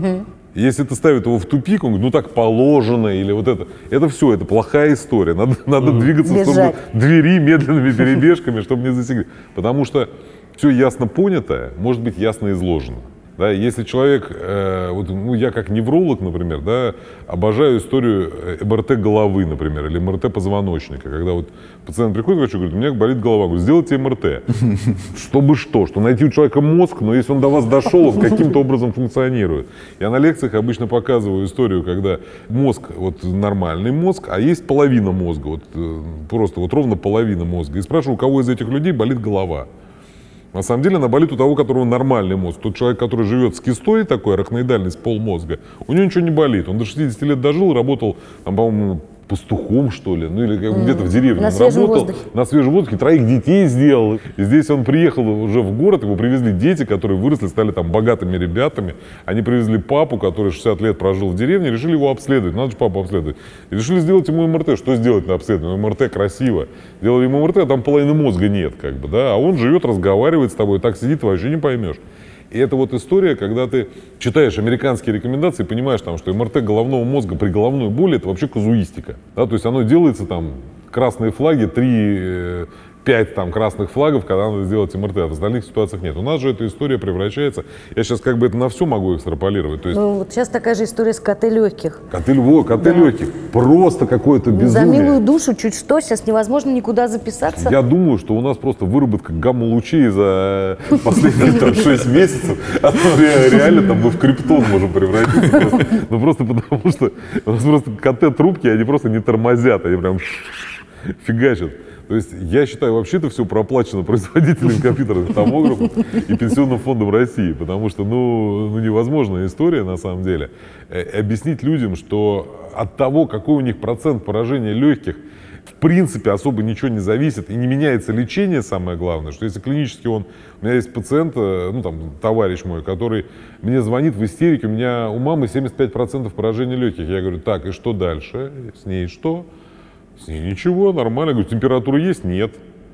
Если это ставит его в тупик, он говорит, ну так положено, или вот это. Это все, это плохая история. Надо, надо двигаться в сторону двери медленными перебежками, чтобы не засекретить. Потому что все ясно понятое может быть ясно изложено. Да, если человек, э, вот, ну, я как невролог, например, да, обожаю историю эм эр тэ головы, например, или эм эр тэ позвоночника, когда вот пациент приходит к врачу и говорит, у меня болит голова, говорю, сделайте эм эр тэ. Чтобы что? Что найти у человека мозг, но если он до вас дошел, он каким-то образом функционирует. Я на лекциях обычно показываю историю, когда мозг, вот нормальный мозг, а есть половина мозга, вот просто вот ровно половина мозга, и спрашиваю, у кого из этих людей болит голова. На самом деле она болит у того, у которого нормальный мозг. Тот человек, который живет с кистой такой, арахноидальный, с полмозга, у него ничего не болит. Он до шестидесяти лет дожил, работал, там, по-моему, пастухом, что ли, ну или mm. где-то в деревне. На он свежем работал, воздухе. на свежем воздухе, троих детей сделал. И здесь он приехал уже в город, его привезли дети, которые выросли, стали там богатыми ребятами. Они привезли папу, который шестьдесят лет прожил в деревне, решили его обследовать. Надо же папу обследовать. И решили сделать ему эм эр тэ. Что сделать на обследование? эм эр тэ красиво. Делали ему эм эр тэ, а там половины мозга нет, как бы, да. А он живет, разговаривает с тобой, так сидит, ты вообще не поймешь. И это вот история, когда ты читаешь американские рекомендации, понимаешь, там, что эм эр тэ головного мозга при головной боли — это вообще казуистика. Да? То есть оно делается там, красные флаги, три, пять там красных флагов, когда надо сделать эм эр тэ, а в остальных ситуациях нет. У нас же эта история превращается, я сейчас как бы это на все могу экстраполировать. То есть, ну, вот сейчас такая же история с КТ легких. КТ, во, КТ да. легких, просто какое-то безумие. За милую душу чуть что, сейчас невозможно никуда записаться. Я думаю, что у нас просто выработка гамма-лучей за последние там, шесть месяцев, а то реально там мы в криптон можем превратиться. Просто, ну просто потому что у нас просто КТ-трубки, они просто не тормозят, они прям фигачат. То есть я считаю, вообще это все проплачено производителем компьютерных томографов и Пенсионным фондом России, потому что ну, ну невозможная история на самом деле. Э, объяснить людям, что от того, какой у них процент поражения легких, в принципе особо ничего не зависит и не меняется лечение, самое главное, что если клинически он... У меня есть пациент, ну там товарищ мой, который мне звонит в истерике, у меня у мамы семьдесят пять процентов поражения легких. Я говорю, так, и что дальше? С ней что? С ней ничего, нормально. Я говорю, температура есть? Нет.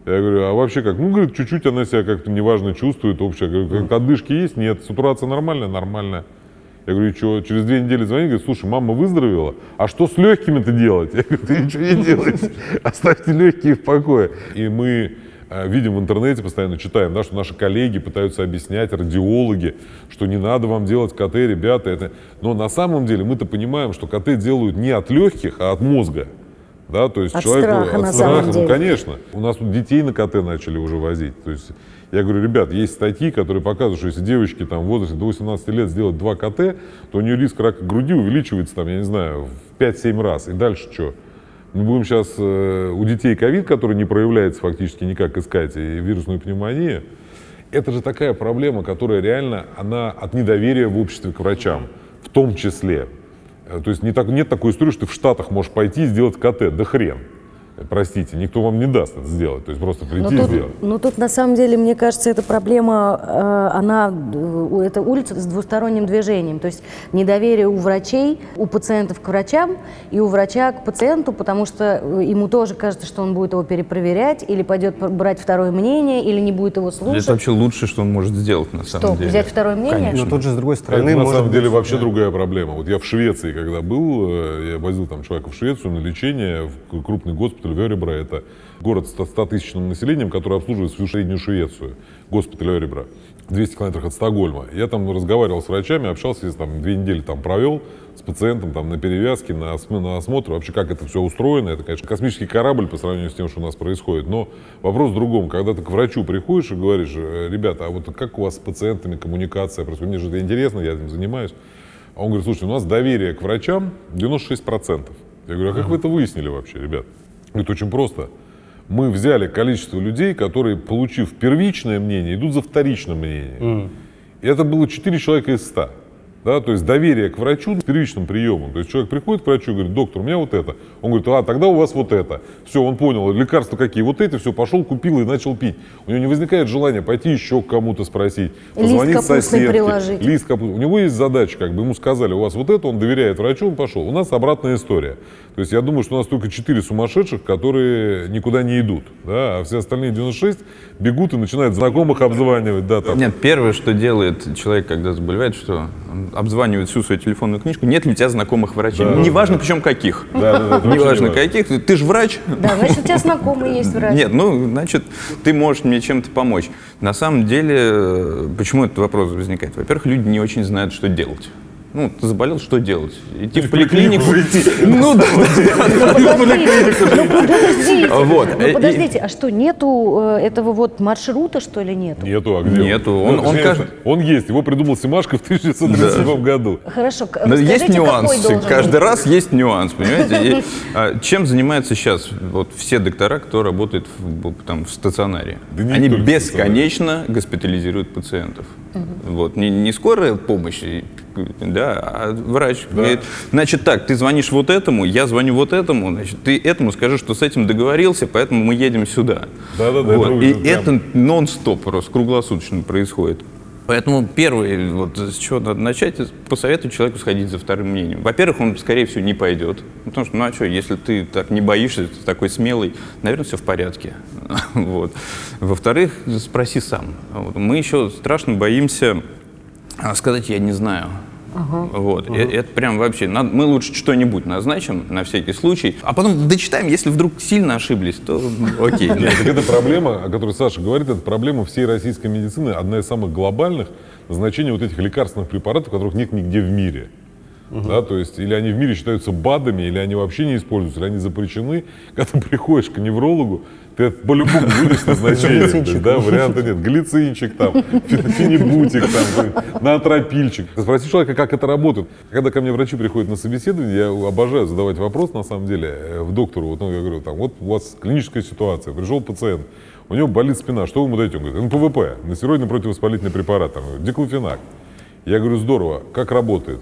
Я говорю, а вообще как? Ну, говорит, чуть-чуть она себя как-то неважно чувствует, общая. Я говорю, отдышки есть? Нет. Сатурация нормальная? Нормальная. Я говорю, что? Через две недели звонит, говорит, слушай, мама выздоровела, а что с легкими-то делать? Я говорю, ты ничего не делаете, оставьте легкие в покое. И мы э, видим в интернете, постоянно читаем, да, что наши коллеги пытаются объяснять, радиологи, что не надо вам делать КТ, ребята. Это... Но на самом деле мы-то понимаем, что КТ делают не от легких, а от мозга. Да, то есть от человеку, страха, от на страха, самом деле. Ну, конечно. У нас тут детей на КТ начали уже возить. То есть я говорю, ребят, есть статьи, которые показывают, что если девочке там, в возрасте до восемнадцати лет сделать два КТ, то у нее риск рака груди увеличивается, там, я не знаю, в пять-семь раз. И дальше что? Мы будем сейчас э, у детей ковид, который не проявляется фактически никак, искать, и вирусную пневмонию. Это же такая проблема, которая реально, она от недоверия в обществе к врачам, в том числе. То есть не так, нет такой истории, что ты в Штатах можешь пойти и сделать КТ. Да хрен. Простите, никто вам не даст это сделать. То есть просто прийти но и тут, сделать. Ну тут на самом деле, мне кажется, эта проблема, э, она, э, это улица с двусторонним движением. То есть недоверие у врачей, у пациентов к врачам и у врача к пациенту, потому что ему тоже кажется, что он будет его перепроверять или пойдет брать второе мнение, или не будет его слушать. Это вообще лучшее, что он может сделать на что, самом деле. Взять второе мнение? Но тут же, с другой стороны, Это на может самом деле быть, вообще да. другая проблема. Вот я в Швеции, когда был, я возил там человека в Швецию на лечение, в крупный госпиталь в Örebro. Это город с стотысячным населением, который обслуживает всю среднюю Швецию. Госпиталь Örebro. двести километров от Стокгольма. Я там разговаривал с врачами, общался, там, две недели там провел с пациентом там, на перевязке, на, на осмотр. Вообще, как это все устроено. Это, конечно, космический корабль по сравнению с тем, что у нас происходит. Но вопрос в другом. Когда ты к врачу приходишь и говоришь, ребята, а вот как у вас с пациентами коммуникация происходит? Мне же это интересно, я этим занимаюсь. А он говорит, слушайте, у нас доверие к врачам девяносто шесть процентов. Я говорю, а как вы это выяснили вообще, ребят? Это очень просто. Мы взяли количество людей, которые, получив первичное мнение, идут за вторичным мнением. Mm. И это было четыре человека из ста. Да, то есть доверие к врачу с первичным приемом. То есть человек приходит к врачу и говорит, доктор, у меня вот это. Он говорит, а, тогда у вас вот это. Все, он понял, лекарства какие, вот эти, все, пошел, купил и начал пить. У него не возникает желания пойти еще к кому-то спросить, позвонить соседке. Приложить. Лист капустный. У него есть задача, как бы ему сказали, у вас вот это, он доверяет врачу, он пошел. У нас обратная история. То есть я думаю, что у нас только четыре сумасшедших, которые никуда не идут. Да? А все остальные девяносто шесть бегут и начинают знакомых обзванивать. Да, там. Нет, первое, что делает человек, когда заболевает, что он обзванивает всю свою телефонную книжку, нет ли у тебя знакомых врачей. Да, Неважно, да. причем каких. Да, да, да, Неважно не каких. Ты, ты же врач. Да, значит, у тебя знакомый есть врач. Нет, ну, значит, ты можешь мне чем-то помочь. На самом деле, почему этот вопрос возникает? Во-первых, люди не очень знают, что делать. Ну, ты заболел, что делать? Идти в поликлинику? Ну, да, Подождите, Вот. ну, подождите, а что, нету э, этого вот маршрута, что ли, нету? Нету, а где Нету. Он, Он- он Нет, кажд- он есть, его придумал Симашко в тысяча девятьсот тридцать седьмом году. Хорошо, к- Но есть расскажите, какой нюанс. должен Каждый быть? раз есть нюанс, понимаете? И, а, чем занимаются сейчас вот все доктора, кто работает в, там, в стационаре? Да не Они только в бесконечно госпитализируют пациентов. Вот. Не, не скорая помощь, и, да, а врач говорит, значит так, ты звонишь вот этому, я звоню вот этому, значит, ты этому скажи, что с этим договорился, поэтому мы едем сюда. Да-да-да, Вот. это И выглядит это нон-стоп просто, круглосуточно происходит. Поэтому первое, вот, с чего надо начать, посоветую человеку сходить за вторым мнением. Во-первых, он, скорее всего, не пойдет. Потому что, ну а что, если ты так не боишься, ты такой смелый, наверное, все в порядке. Вот. Во-вторых, спроси сам. Вот. Мы еще страшно боимся сказать «я не знаю». Ага. Вот. Ага. Это прям вообще, надо, мы лучше что-нибудь назначим на всякий случай, а потом дочитаем, если вдруг сильно ошиблись, то окей. Нет, так это проблема, о которой Саша говорит, это проблема всей российской медицины, одна из самых глобальных, назначение вот этих лекарственных препаратов, которых нет нигде в мире. Uh-huh. Да, то есть или они в мире считаются БАДами, или они вообще не используются, или они запрещены. Когда ты приходишь к неврологу, ты по-любому будешь назначение. То есть, да, варианта нет. Глицинчик, там, фенибутик, там, наотропильчик. Спроси человека, как это работает. Когда ко мне врачи приходят на собеседование, я обожаю задавать вопрос, на самом деле, в доктору. Вот, ну, я говорю, там, вот у вас клиническая ситуация, пришел пациент, у него болит спина, что вы ему даете? Он говорит, эн пэ вэ пэ, нестероидный противовоспалительный препарат, там, диклофенак. Я говорю, здорово, как работает?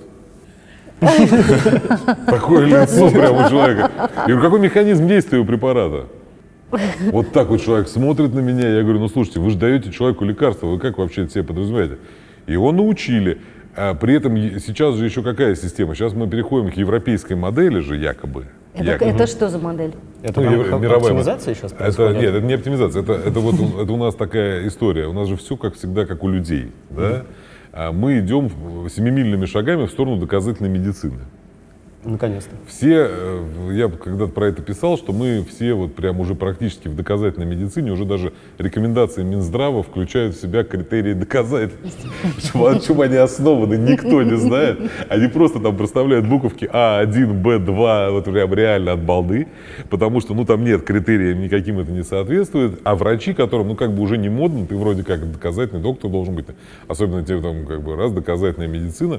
Такое лицо прямо у человека. Я говорю, какой механизм действия у препарата? Вот так вот человек смотрит на меня, я говорю, ну слушайте, вы же даете человеку лекарство, вы как вообще это себе подразумеваете? Его научили. А при этом сейчас же еще какая система? Сейчас мы переходим к европейской модели же якобы. Это, это что за модель? Это Ну, там евро- как мировая оптимизация сейчас Это, происходит? нет, это не оптимизация, это, это вот у- это у нас такая история. У нас же все, как всегда, как у людей. Да? А мы идем в- семимильными шагами в сторону доказательной медицины. Наконец-то. Все, э, я когда-то про это писал, что мы все вот прям уже практически в доказательной медицине, уже даже рекомендации Минздрава включают в себя критерии доказательности. На чем они основаны, никто не знает. Они просто там проставляют буковки А один, Б два, вот прям реально от балды, потому что, ну, там нет критериев, никаким это не соответствует. А врачи, которым, ну, как бы уже не модно, ты вроде как доказательный доктор должен быть, особенно тебе там, как бы, раз доказательная медицина.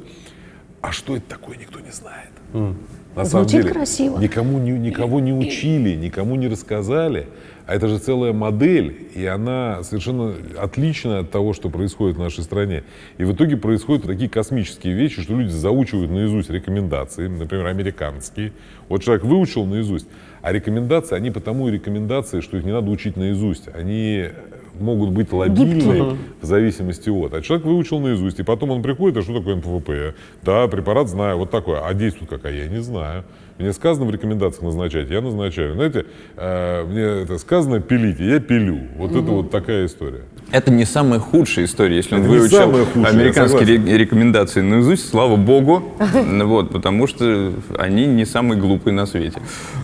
А что это такое, никто не знает. Mm. На самом Звучит деле, красиво. Никому не, никого не учили, никому не рассказали. А это же целая модель, и она совершенно отлична от того, что происходит в нашей стране. И в итоге происходят такие космические вещи, что люди заучивают наизусть рекомендации, например, американские. Вот человек выучил наизусть, а рекомендации, они потому и рекомендации, что их не надо учить наизусть. Они могут быть лобильны Гибкие. в зависимости от. А человек выучил наизусть, и потом он приходит, а что такое эн пэ вэ пэ? Да, препарат знаю, вот такой. А действует как? А я не знаю. Мне сказано в рекомендациях назначать, я назначаю. Знаете, э, мне это сказано пилите, я пилю. Вот mm-hmm. это вот такая история. Это не самая худшая история, если он Это не выучил самая худшая, американские я согласен. ре- рекомендации наизусть, слава богу, вот, потому что они не самые глупые на свете.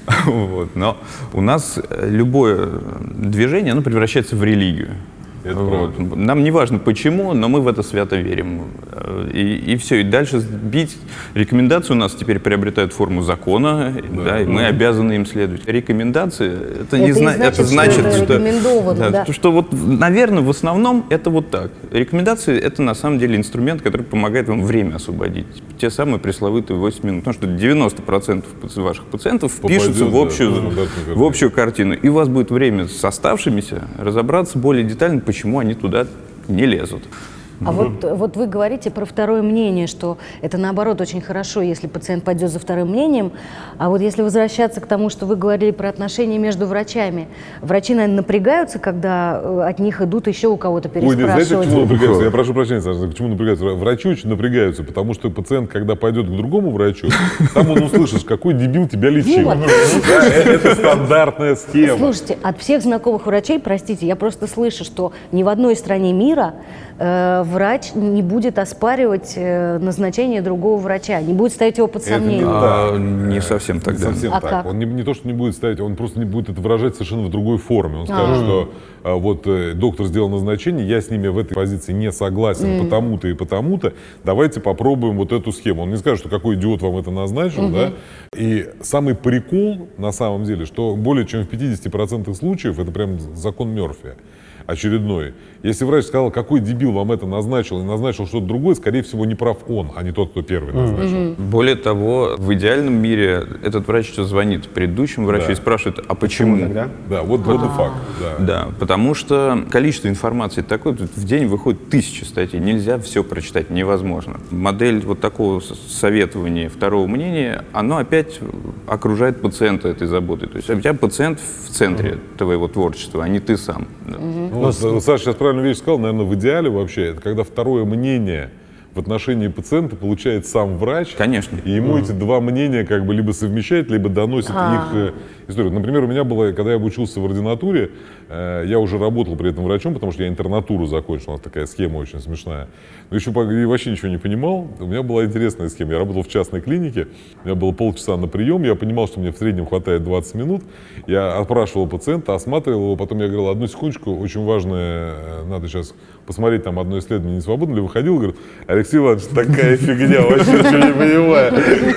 Вот. Но у нас любое движение, оно превращается в религию. Это Вот. правда. Нам не важно почему, но мы в это свято верим. И, и все. И дальше сбить рекомендации у нас теперь приобретают форму закона, да, да, и мы обязаны им следовать. Рекомендации это, не, Это не зна- значит, это значит, что это что, рекомендовано, да, да. то, что вот, наверное, в основном это вот так. Рекомендации это на самом деле инструмент, который помогает вам время освободить. Те самые пресловутые восемь минут. Потому что девяносто процентов ваших пациентов впишутся Попадет, в общую, да, да, в общую картину. И у вас будет время с оставшимися разобраться более детально, почему они туда не лезут. А вот, вот вы говорите про второе мнение, что это наоборот очень хорошо, если пациент пойдет за вторым мнением. А вот если возвращаться к тому, что вы говорили про отношения между врачами, врачи, наверное, напрягаются, когда э, от них идут еще у кого-то Ой, нет, знаете, переспрашивать? к чему напрягаются? Я прошу прощения, Саша, к чему напрягаются? Врачи очень напрягаются, потому что пациент, когда пойдет к другому врачу, там он услышит, какой дебил тебя лечил. Вот. Да, Это стандартная схема. Слушайте, от всех знакомых врачей, простите, я просто слышу, что ни в одной стране мира э, врач не будет оспаривать э, назначение другого врача, не будет ставить его под Это не сомнение. А, не совсем так, Не да. совсем А так. как? Он не, не то, что не будет ставить, он просто не будет это выражать совершенно в другой форме. Он скажет, что а, вот э, доктор сделал назначение, я с ними в этой позиции не согласен, потому-то и потому-то, давайте попробуем вот эту схему. Он не скажет, что какой идиот вам это назначил, да? И самый прикол, на самом деле, что более чем в пятидесяти процентах случаев это прям закон Мёрфи очередной. Если врач сказал, какой дебил вам это назначил, и назначил что-то другое, скорее всего, не прав он, а не тот, кто первый назначил. Более того, в идеальном мире этот врач еще звонит предыдущему врачу Да. и спрашивает, а почему? Тогда? Да, вот, вот и факт. Да. Да, потому что количество информации такое, тут в день выходит тысячи статей, нельзя все прочитать, невозможно. Модель вот такого с- советования второго мнения, оно опять окружает пациента этой заботой. То есть у тебя пациент в центре твоего творчества, а не ты сам. Ну, вот Саша сейчас правильную вещь сказал, наверное, в идеале вообще, это когда второе мнение в отношении пациента получает сам врач. Конечно. И ему эти два мнения как бы либо совмещает, либо доносит А. их э, историю. Например, у меня было, когда я обучился в ординатуре, э, я уже работал при этом врачом, потому что я интернатуру закончил, у нас такая схема очень смешная. Но еще по- и вообще ничего не понимал. У меня была интересная схема. Я работал в частной клинике, у меня было полчаса на прием, я понимал, что мне в среднем хватает двадцать минут. Я опрашивал пациента, осматривал его, потом я говорил, одну секундочку, очень важное, э, надо сейчас посмотреть там одно исследование, не свободно ли, выходил, говорит, Алексей Иванович, такая фигня, вообще ничего не понимаю.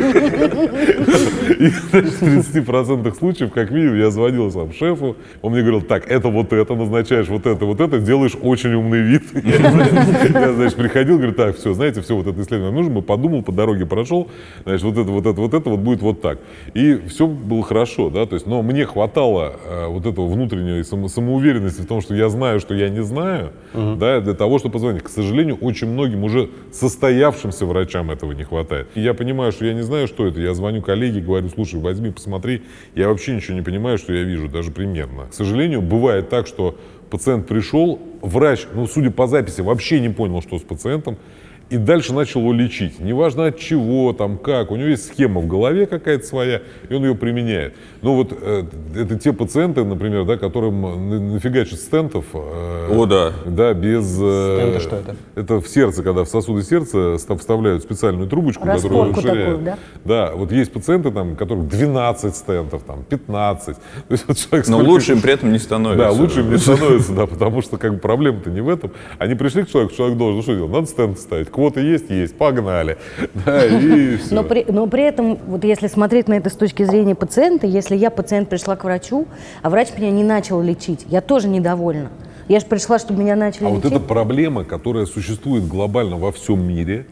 И значит, в тридцати процентах случаев, как минимум, я звонил сам шефу, он мне говорил, так, это вот это, назначаешь вот это, вот это, делаешь очень умный вид. Я, значит, приходил, говорю, так, все, знаете, все, вот это исследование нужно, мы подумал, по дороге прошел, значит, вот это, вот это, вот это, вот будет вот так. И все было хорошо, да, то есть, но мне хватало э, вот этого внутренней само- самоуверенности в том, что я знаю, что я не знаю, да, для того, чтобы позвонить. К сожалению, очень многим уже состоявшимся врачам этого не хватает. И я понимаю, что я не знаю, что это. Я звоню коллеге, говорю, слушай, возьми, посмотри. Я вообще ничего не понимаю, что я вижу, даже примерно. К сожалению, бывает так, что пациент пришел, врач, ну, судя по записи, вообще не понял, что с пациентом. И дальше начал его лечить. Неважно от чего, там, как. У него есть схема в голове какая-то своя, и он ее применяет. Ну вот э, это те пациенты, например, да, которым нафигачат стентов. Э, О, да. Да, без... Э, Стенты что это? Это в сердце, когда в сосуды сердца вставляют специальную трубочку, Распорку которую расширяют. такую, да? Да, вот есть пациенты, там, у которых двенадцать стентов, там, пятнадцать. То есть, вот человек Но сколько- лучше им при этом не становится. Да, лучше им не становится, да, потому что как бы проблема-то не в этом. Они пришли к человеку, человек должен, ну что делать, надо стенд ставить, квоты есть, есть, погнали. Да, и все. Но при, но при этом, вот если смотреть на это с точки зрения пациента, если я, пациент, пришла к врачу, а врач меня не начал лечить, я тоже недовольна. Я же пришла, чтобы меня начали А вот лечить. эта проблема, которая существует глобально во всем мире,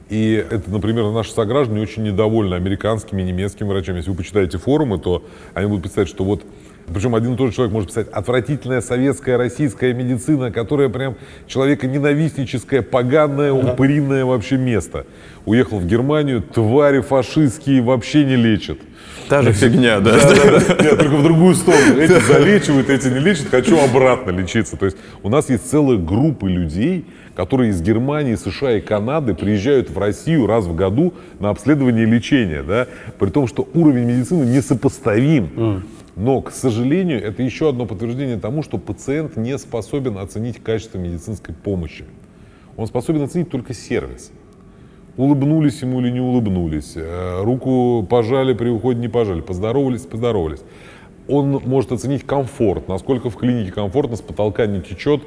и это, например, наши сограждане очень недовольны американскими, немецкими врачами. Если вы почитаете форумы, то они будут писать, что вот, причем один и тот же человек может писать: отвратительная советская, российская медицина, которая прям человеконенавистническая, поганое, упыриное вообще место. Уехал в Германию, твари фашистские вообще не лечат. Та же фигня, да. Да, да, да. Нет, только в другую сторону. Эти залечивают, эти не лечат, хочу обратно лечиться. То есть у нас есть целая группа людей, которые из Германии, США и Канады приезжают в Россию раз в году на обследование и лечение, да, при том, что уровень медицины несопоставим. Mm. Но, к сожалению, это еще одно подтверждение тому, что пациент не способен оценить качество медицинской помощи. Он способен оценить только сервис. Улыбнулись ему или не улыбнулись, руку пожали при уходе, не пожали, поздоровались, поздоровались. Он может оценить комфорт, насколько в клинике комфортно, с потолка не течет,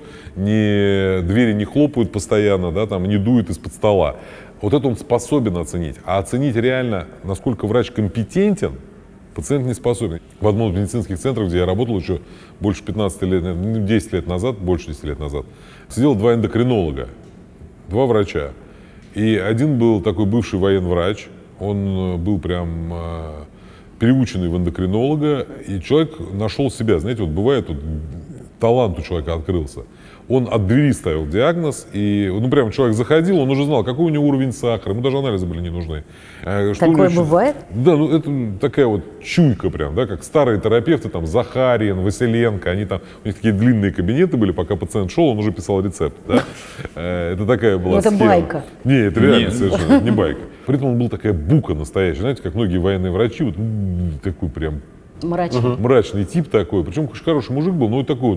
не, двери не хлопают постоянно, да, там, не дует из-под стола. Вот это он способен оценить. А оценить реально, насколько врач компетентен, пациент не способен. В одном из медицинских центров, где я работал еще больше пятнадцати лет, ну, десять лет назад, больше десяти лет назад, сидело два эндокринолога, два врача. И один был такой бывший военврач, он был прям э, переученный в эндокринолога, и человек нашел себя. Знаете, вот бывает, вот, талант у человека открылся. Он от двери ставил диагноз, и ну прям человек заходил, он уже знал, какой у него уровень сахара, ему даже анализы были не нужны. Что Такое еще... бывает? Да, ну это такая вот чуйка прям, да, как старые терапевты, там, Захарин, Василенко, они там, у них такие длинные кабинеты были, пока пациент шел, он уже писал рецепт, да. Это такая была Это схема. байка. Не, это реально Нет. совершенно не байка. При этом он был такая бука настоящая, знаете, как многие военные врачи, вот такой прям Мрачно. мрачный тип такой, причем очень хороший мужик был, но вот такой вот,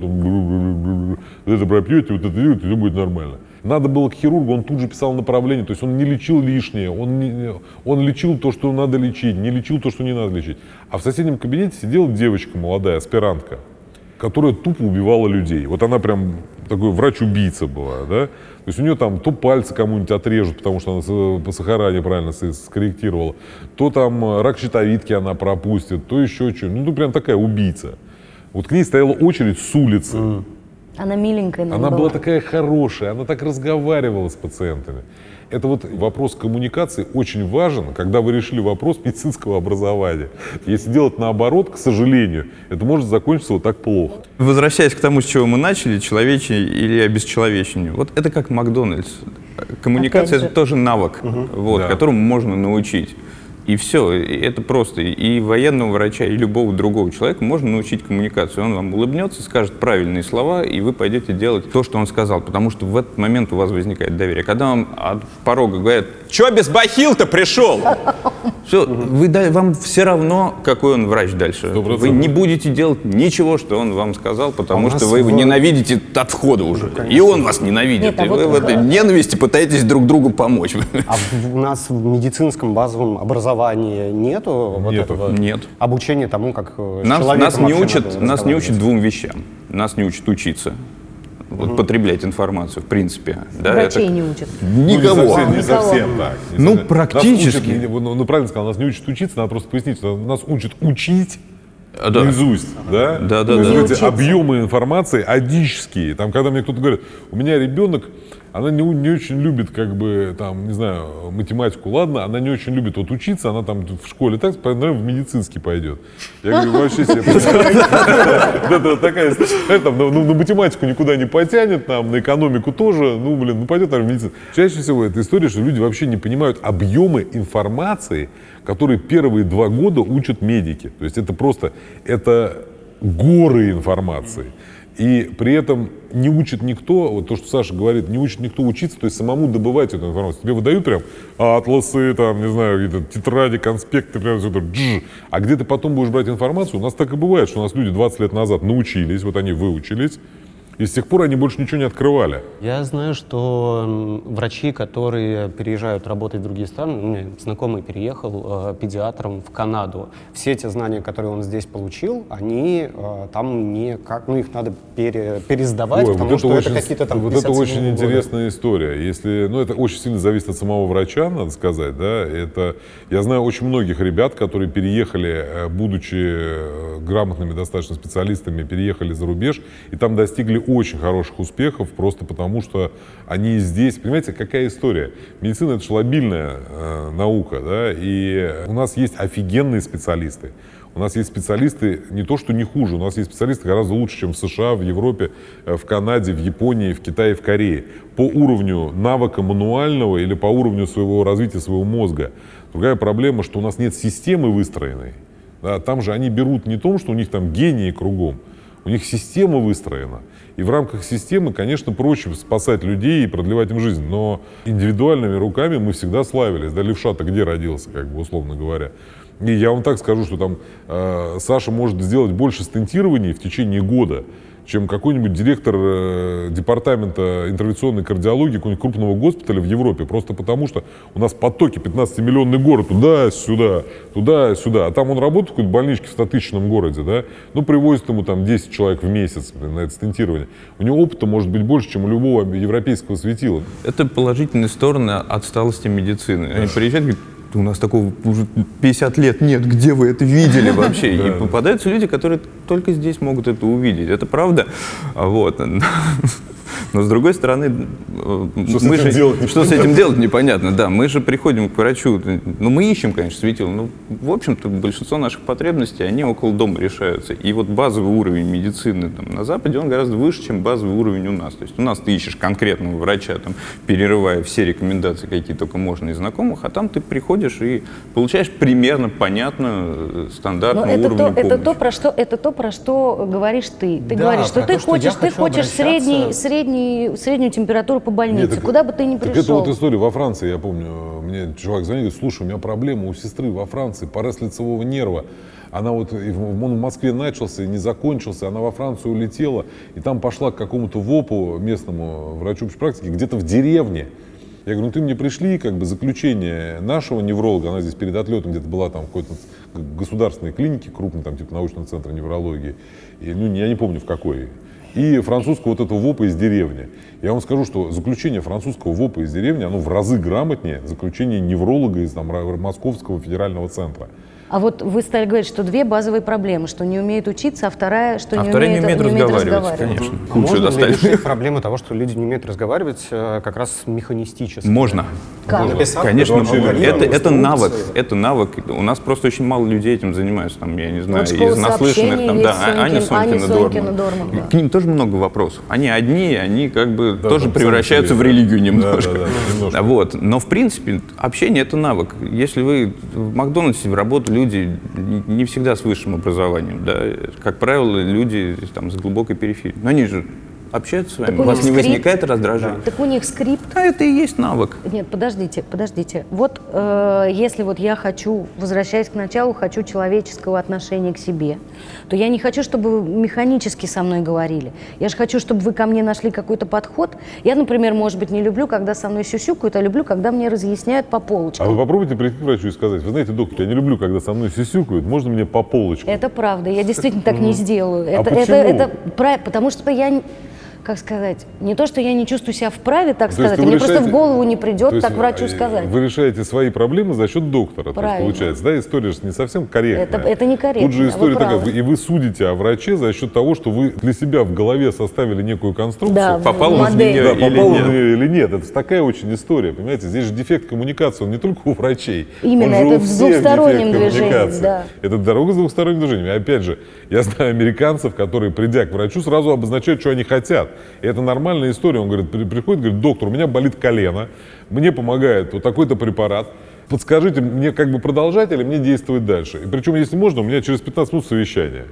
он, вот это пропьете, вот это делаете, и все будет нормально. Надо было к хирургу, он тут же писал направление, то есть он не лечил лишнее, он, не, он лечил то, что надо лечить, не лечил то, что не надо лечить. А в соседнем кабинете сидела девочка молодая, аспирантка, которая тупо убивала людей. Вот она прям такой врач-убийца была, да. То есть у нее там то пальцы кому-нибудь отрежут, потому что она по сахара неправильно скорректировала, то там рак щитовидки она пропустит, то еще что. Ну, ну прям такая убийца. Вот к ней стояла очередь с улицы. Mm. Она миленькая, но Она была. была такая хорошая, она так разговаривала с пациентами. Это вот вопрос коммуникации очень важен, когда вы решили вопрос медицинского образования. Если делать наоборот, к сожалению, это может закончиться вот так плохо. Возвращаясь к тому, с чего мы начали, человечение или обесчеловечение. Вот это как Макдональдс. Коммуникация — это тоже навык, угу. вот, Да. которому можно научить. И все, это просто. И военного врача, и любого другого человека можно научить коммуникации. Он вам улыбнется, скажет правильные слова, и вы пойдете делать то, что он сказал. Потому что в этот момент у вас возникает доверие. Когда вам от порога говорят: «Чё без бахил-то пришел?» Все, вы, вам все равно, какой он врач дальше. сто процентов. Вы не будете делать ничего, что он вам сказал, потому А что у вы его нас в- ненавидите от входа уже. И он вас ненавидит. Нет, а и вот вы в как- этой ненависти пытаетесь друг другу помочь. А в- у нас в медицинском базовом образовании нету вот Нету. этого Нет. обучения тому, как э, с Нас, человеком нас, не вообще учат, надо нас не учат разговаривать. двум вещам. Нас не учат учиться. Вот, потреблять информацию, в принципе. Да, Врачей это- не учат. Никого. Ну, не совсем, не Никого. совсем так. не Ну, совсем. практически. Нас учат, ну, ну, правильно сказал, нас не учат учиться, надо просто пояснить, что нас учат учить А, да. наизусть, да? Да, да, То есть да. вот эти Учиться. объемы информации адические. Там, когда мне кто-то говорит: у меня ребенок, она не, у- не очень любит, как бы, там, не знаю, математику, ладно, она не очень любит вот учиться, она там в школе так, наверное, в медицинский пойдет. Я говорю: вообще себе это такая история, там, ну, на математику никуда не потянет, там, на экономику тоже, ну, блин, ну, пойдет, наверное, в медицину. Чаще всего это история, что люди вообще не понимают объемы информации, которые первые два года учат медики. То есть это просто, это горы информации. И при этом не учит никто, вот то, что Саша говорит, не учит никто учиться, то есть самому добывать эту информацию. Тебе выдают прям атласы, там, не знаю, какие-то тетради, конспекты, прям все это, джж. А где ты потом будешь брать информацию? У нас так и бывает, что у нас люди двадцать лет назад научились, вот они выучились, и с тех пор они больше ничего не открывали. Я знаю, что врачи, которые переезжают работать в другие страны, у меня знакомый переехал э, педиатром в Канаду. Все те знания, которые он здесь получил, они э, там не как, ну их надо пере, пересдавать, Ой, потому вот что это это очень, какие-то там вот это очень года. интересная история. Если, ну, это очень сильно зависит от самого врача, надо сказать, да. Это, я знаю очень многих ребят, которые переехали, будучи грамотными достаточно специалистами, переехали за рубеж и там достигли очень хороших успехов, просто потому что они здесь. Понимаете, какая история? Медицина — это же лобильная э, наука, да, и у нас есть офигенные специалисты. У нас есть специалисты не то, что не хуже, у нас есть специалисты гораздо лучше, чем в США, в Европе, в Канаде, в Японии, в Китае, в Корее. По уровню навыка мануального или по уровню своего развития своего мозга. Другая проблема, что у нас нет системы выстроенной. Да, там же они берут не то, что у них там гении кругом, у них система выстроена. И в рамках системы, конечно, проще спасать людей и продлевать им жизнь. Но индивидуальными руками мы всегда славились. Да, левша-то где родился, как бы, условно говоря. И я вам так скажу, что там э, Саша может сделать больше стентирований в течение года, чем какой-нибудь директор э, департамента интервенционной кардиологии какого-нибудь крупного госпиталя в Европе. Просто потому, что у нас потоки, пятнадцатимиллионный город, туда-сюда, туда-сюда. А там он работает в какой-то больничке в стотысячном городе, да, ну, привозит ему там десять человек в месяц на это стентирование. У него опыта может быть больше, чем у любого европейского светила. Это положительные стороны отсталости медицины. Они приезжают и говорят: у нас такого уже пятьдесят лет нет, где вы это видели вообще? И попадаются люди, которые только здесь могут это увидеть. Это правда. Вот. Но с другой стороны, что, мы с, же, этим делать что с этим делать непонятно. Да, мы же приходим к врачу, ну мы ищем, конечно, светило, но в общем-то большинство наших потребностей, они около дома решаются. И вот базовый уровень медицины там, на Западе, он гораздо выше, чем базовый уровень у нас. То есть у нас ты ищешь конкретного врача, там, перерывая все рекомендации, какие только можно из знакомых, а там ты приходишь и получаешь примерно понятно стандартный уровень помощи. Это то, про что, это то, про что говоришь ты. Ты да, говоришь, что ты то, что хочешь, ты хочу хочешь обращаться... средний, средний, среднюю температуру по больнице, Нет, так, куда бы ты ни так пришел. это вот история во Франции, я помню, мне чувак звонит, говорит: слушай, у меня проблема у сестры во Франции, порез лицевого нерва. Она вот, он в Москве начался и не закончился, она во Францию улетела, и там пошла к какому-то ВОПу, местному врачу общей практики, где-то в деревне. Я говорю: ну ты мне пришли, как бы, заключение нашего невролога, она здесь перед отлетом где-то была там в какой-то государственной клинике крупной, там типа научного центра неврологии, и, ну я не помню в какой, и французского вот этого ВОПа из деревни. Я вам скажу, что заключение французского ВОПа из деревни, оно в разы грамотнее заключения невролога из там, Московского федерального центра. А вот вы стали говорить, что две базовые проблемы, что не умеют учиться, а вторая, что а не, вторая умеет, не умеет не умеет разговаривать, разговаривать. конечно. А Худшую можно ли достали. решить проблему того, что люди не умеют разговаривать, как раз механистически? Можно. Как? Написав Конечно, алгоритм, это, это инструкции. навык. Это навык. У нас просто очень мало людей этим занимаются. Там, я не знаю, Вот школа из наслышанных. Там, сообщений, да, Сонькин, Аня Сонькина, Аня Сонькина, Дорман. Дорман, да. К ним тоже много вопросов. Они одни, они как бы Да, тоже там превращаются в сами себе. религию немножко. Да, да, да, немножко. Вот. Но в принципе общение — это навык. Если вы в Макдональдсе работают люди не всегда с высшим образованием, да, как правило, люди там, с глубокой периферии. Но они же общаются с вами, Так у у вас них не скрипт. возникает раздражения. Так у них скрипт. А это и есть навык. Нет, подождите, подождите. Вот э, если вот я хочу, возвращаясь к началу, хочу человеческого отношения к себе, то я не хочу, чтобы вы механически со мной говорили. Я же хочу, чтобы вы ко мне нашли какой-то подход. Я, например, может быть, не люблю, когда со мной сюсюкают, а люблю, когда мне разъясняют по полочкам. А вы попробуйте прийти к врачу и сказать: вы знаете, доктор, я не люблю, когда со мной сюсюкают, можно мне по полочкам? Это правда, я действительно так не сделаю. Это, почему? это, это прав- потому что я, не- как сказать, не то, что я не чувствую себя вправе так То есть сказать, вы мне просто решаете- в голову не То придет есть, так врачу э, сказать. Вы решаете свои проблемы за счет доктора, то есть, Правильно. получается, да, история же не совсем корректная. Это- это некорректно, Тут же вы история такая, правы. вы- и вы судите о враче за счет того, что вы для себя в голове составили некую конструкцию. Да, Попал он в модель. нее Да, или попал нет. он или нет. Это такая очень история, понимаете? Здесь же дефект коммуникации, он не только у врачей. Именно, он же это у с всех двухсторонним дефект движением, коммуникации. да. Это дорога с двухсторонним движением. И опять же, я знаю американцев, которые, придя к врачу, сразу обозначают, что они хотят. И это нормальная история. Он говорит, при- приходит, говорит: доктор, у меня болит колено, мне помогает вот такой-то препарат. Подскажите, мне как бы продолжать или мне действовать дальше? И причем, если можно, у меня через пятнадцать минут совещание.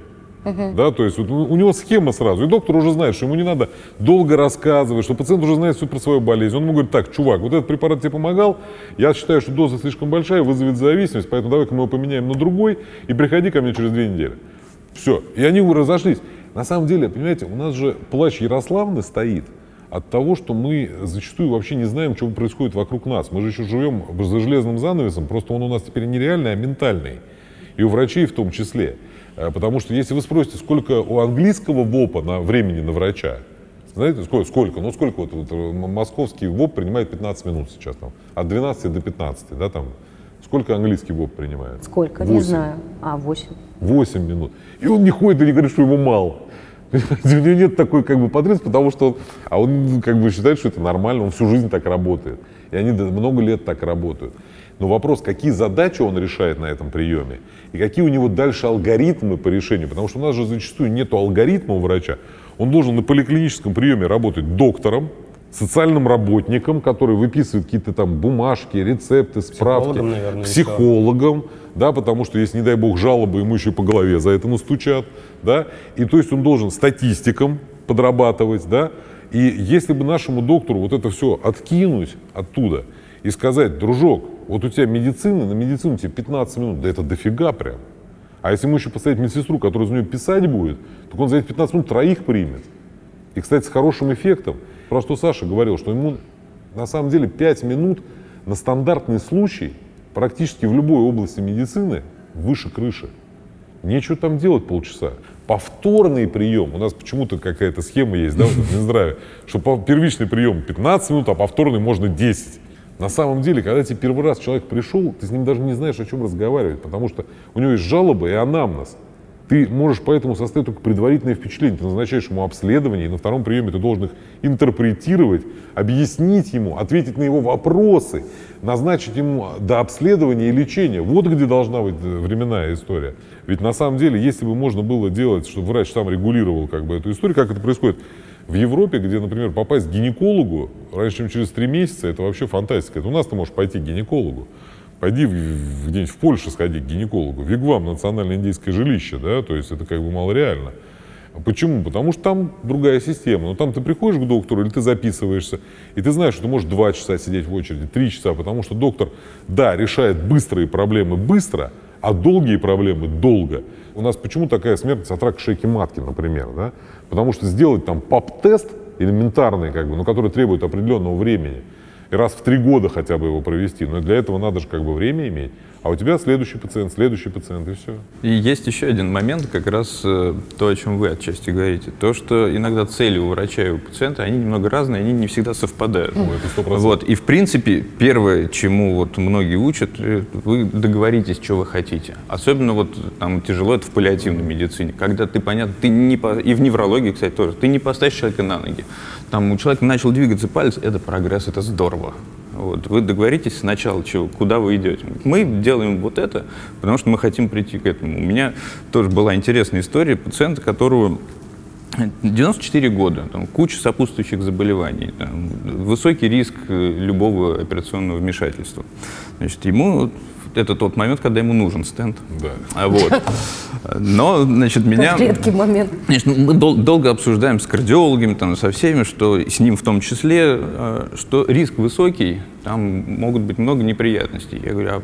Uh-huh. Да, то есть вот у него схема сразу, и доктор уже знает, что ему не надо долго рассказывать, что пациент уже знает все про свою болезнь. Он ему говорит: так, чувак, вот этот препарат тебе помогал, я считаю, что доза слишком большая, вызовет зависимость, поэтому давай-ка мы его поменяем на другой, и приходи ко мне через две недели. Все, и они разошлись. На самом деле, понимаете, у нас же плач Ярославны стоит от того, что мы зачастую вообще не знаем, что происходит вокруг нас. Мы же еще живем за железным занавесом, просто он у нас теперь не реальный, а ментальный. И у врачей в том числе. Потому что если вы спросите, сколько у английского ВОПа на времени на врача, знаете, сколько? сколько? Ну, сколько вот, вот московский ВОП принимает пятнадцать минут сейчас, там, от двенадцати до пятнадцати, да, там. Сколько английский ВОП принимает? Сколько? восемь. Не знаю. А, восемь. восемь минут. И он не ходит и не говорит, что ему мало. У него нет такой как бы потребности, потому что он, а он как бы считает, что это нормально, он всю жизнь так работает. И они много лет так работают. Но вопрос, какие задачи он решает на этом приеме, и какие у него дальше алгоритмы по решению. Потому что у нас же зачастую нет алгоритма у врача. Он должен на поликлиническом приеме работать доктором, социальным работником, который выписывает какие-то там бумажки, рецепты, справки, психологом, наверное, психологом, да, потому что если, не дай бог, жалобы, ему еще и по голове за это настучат, да, и то есть он должен статистиком подрабатывать, да, и если бы нашему доктору вот это все откинуть оттуда и сказать: дружок, вот у тебя медицина, на медицину тебе пятнадцать минут, да это дофига прям. А если ему еще поставить медсестру, которая за него писать будет, так он за эти пятнадцать минут троих примет. И, кстати, с хорошим эффектом. Про что Саша говорил, что ему на самом деле пять минут на стандартный случай практически в любой области медицины выше крыши. Нечего там делать полчаса. Повторный прием, у нас почему-то какая-то схема есть, да, вот в Минздраве, что первичный прием пятнадцать минут, а повторный можно десять. На самом деле, когда тебе первый раз человек пришел, ты с ним даже не знаешь, о чем разговаривать, потому что у него есть жалоба и анамнез. Ты можешь поэтому составить только предварительное впечатление. Ты назначаешь ему обследование, и на втором приеме ты должен их интерпретировать, объяснить ему, ответить на его вопросы, назначить ему до обследования и лечения. Вот где должна быть временная история. Ведь на самом деле, если бы можно было делать, чтобы врач сам регулировал как бы эту историю, как это происходит в Европе, где, например, попасть к гинекологу раньше, чем через три месяца, это вообще фантастика. Это у нас ты можешь пойти к гинекологу. Пойди где-нибудь в Польшу сходи к гинекологу, Вигвам, национальное индейское жилище, да, то есть это как бы малореально. Почему? Потому что там другая система. Но там ты приходишь к доктору или ты записываешься, и ты знаешь, что ты можешь два часа сидеть в очереди, три часа, потому что доктор, да, решает быстрые проблемы быстро, а долгие проблемы долго. У нас почему такая смертность от рака шейки матки, например, да? Потому что сделать там пап-тест элементарный, как бы, но который требует определенного времени, и раз в три года хотя бы его провести. Но для этого надо же как бы время иметь. А у тебя следующий пациент, следующий пациент, и все. И есть еще один момент, как раз э, то, о чем вы отчасти говорите. То, что иногда цели у врача и у пациента, они немного разные, они не всегда совпадают. Ну, это сто процентов. Вот. И в принципе, первое, чему вот многие учат, вы договоритесь, что вы хотите. Особенно вот там тяжело это в паллиативной медицине, когда ты, понятно, ты не по... и в неврологии, кстати, тоже, ты не поставишь человека на ноги. Там у человека начал двигаться палец, это прогресс, это здорово. Вот. Вы договоритесь сначала, чего, куда вы идете. Мы делаем вот это, потому что мы хотим прийти к этому. У меня тоже была интересная история пациента, которого девяносто четыре года, там, куча сопутствующих заболеваний, там, высокий риск любого операционного вмешательства. Значит, ему это тот момент, когда ему нужен стенд. Да. А вот. Но, значит, меня... Редкий момент. Конечно, мы дол- долго обсуждаем с кардиологами, там, со всеми, что с ним в том числе, что риск высокий, там могут быть много неприятностей. Я говорю: а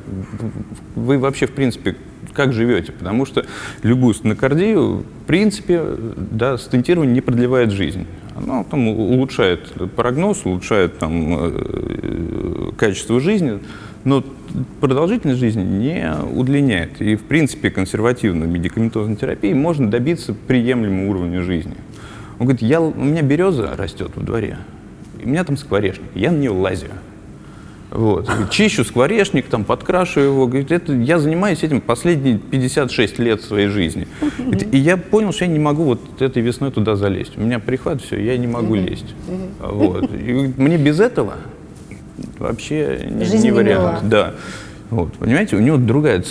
вы вообще, в принципе, как живете? Потому что любую стенокардию, в принципе, да, стентирование не продлевает жизнь. Оно там улучшает прогноз, улучшает там, качество жизни, но продолжительность жизни не удлиняет. И, в принципе, консервативной медикаментозной терапией можно добиться приемлемого уровня жизни. Он говорит: я, у меня береза растет во дворе, у меня там скворечник, я на нее лазю. Вот. Чищу скворечник, там, подкрашиваю его. Говорит, это, я занимаюсь этим последние пятьдесят шесть лет своей жизни. И я понял, что я не могу вот этой весной туда залезть. У меня прихват, все, я не могу лезть. Вот. И мне без этого вообще не, не вариант. Да. Вот. Понимаете, у него другая цель.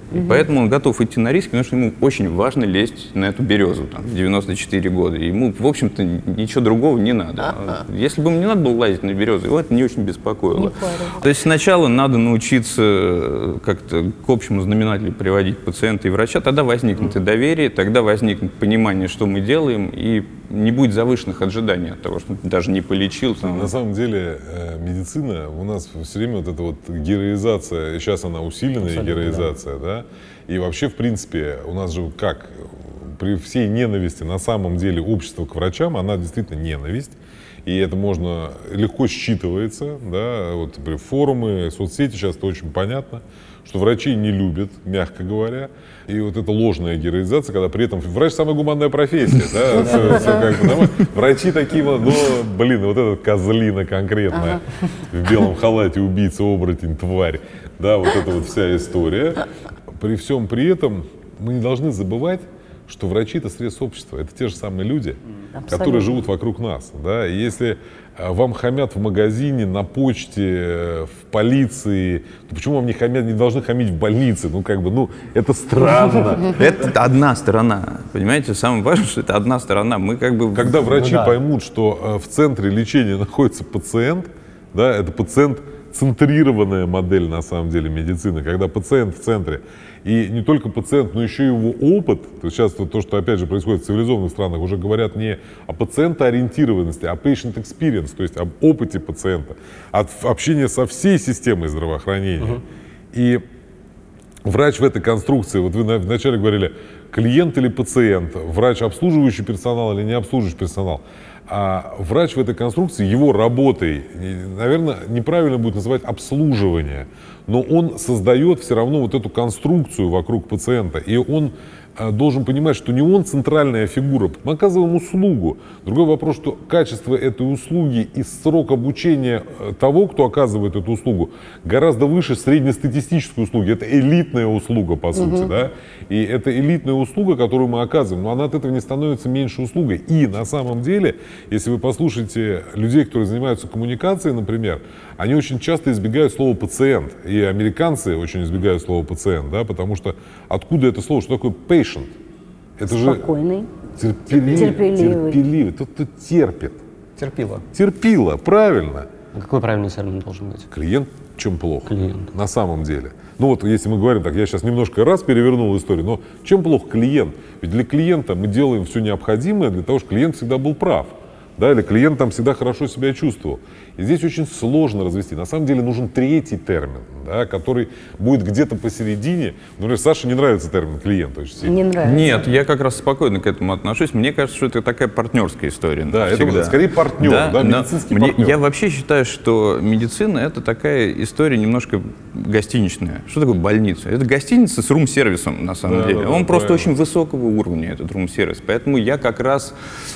И поэтому он готов идти на риски, потому что ему очень важно лезть на эту березу там, в девяносто четыре года. Ему, в общем-то, ничего другого не надо. Если бы ему не надо было лазить на березу, его это не очень беспокоило. То есть сначала надо научиться как-то к общему знаменателю приводить пациента и врача, тогда возникнет и доверие, тогда возникнет понимание, что мы делаем, и не будет завышенных ожиданий от того, что ты даже не полечил. Там. На самом деле медицина, у нас все время вот эта вот героизация, сейчас она усиленная Абсолютно, героизация, да. да, и вообще, в принципе, у нас же как, при всей ненависти на самом деле общество к врачам, она действительно ненависть, и это можно, легко считывается, да, вот, например, форумы, соцсети, сейчас это очень понятно, что врачей не любят, мягко говоря, и вот эта ложная героизация, когда при этом врач самая гуманная профессия, да, все, все как бы нормально. Врачи такие, ну, блин, вот эта козлина конкретная, в белом халате, убийца, оборотень, тварь, да, вот эта вот вся история. При всем при этом мы не должны забывать, что врачи — это срез общества, это те же самые люди, Абсолютно. которые живут вокруг нас, да, и если вам хамят в магазине, на почте, в полиции, то почему вам не хамят, не должны хамить в больнице? Ну, как бы, ну, это странно. Это одна сторона, понимаете? Самое важное, что это одна сторона. Мы как бы... Когда врачи ну, да. поймут, что в центре лечения находится пациент, да, это пациент-центрированная модель, на самом деле, медицины, когда пациент в центре, и не только пациент, но еще и его опыт. То есть сейчас то, что опять же происходит в цивилизованных странах, уже говорят не о пациентоориентированности, а patient experience, то есть об опыте пациента, от общения со всей системой здравоохранения. Uh-huh. И врач в этой конструкции, вот вы вначале говорили, клиент или пациент, врач обслуживающий персонал или не обслуживающий персонал. А врач в этой конструкции, его работой, наверное, неправильно будет называть обслуживание, но он создает все равно вот эту конструкцию вокруг пациента, и он должен понимать, что не он центральная фигура, мы оказываем услугу. Другой вопрос, что качество этой услуги и срок обучения того, кто оказывает эту услугу, гораздо выше среднестатистической услуги. Это элитная услуга, по сути, угу. да, и это элитная услуга, которую мы оказываем, но она от этого не становится меньше услугой. И на самом деле, если вы послушаете людей, которые занимаются коммуникацией, например, они очень часто избегают слова «пациент», и американцы очень избегают слова «пациент», да, потому что откуда это слово, что такое patient? Это Спокойный, же терпеливый, терпеливый. терпеливый, тот, кто терпит. Терпила. Терпила, правильно. А какой правильный термин должен быть? Клиент чем плохо? Клиент. На самом деле. Ну вот, если мы говорим так, я сейчас немножко раз перевернул историю, но чем плох клиент? Ведь для клиента мы делаем все необходимое для того, чтобы клиент всегда был прав. Да, или клиент там всегда хорошо себя чувствовал. И здесь очень сложно развести. На самом деле нужен третий термин, да, который будет где-то посередине. Например, Саше не нравится термин «клиент» очень сильно. Не нравится. Нет, я как раз спокойно к этому отношусь. Мне кажется, что это такая партнерская история. Да, это скорее партнер, да, да, медицинский мне, партнер. Я вообще считаю, что медицина — это такая история немножко гостиничная. Что такое больница? Это гостиница с рум-сервисом, на самом да, деле. да, Он да, просто правильно. очень высокого уровня, этот рум-сервис. Поэтому я как раз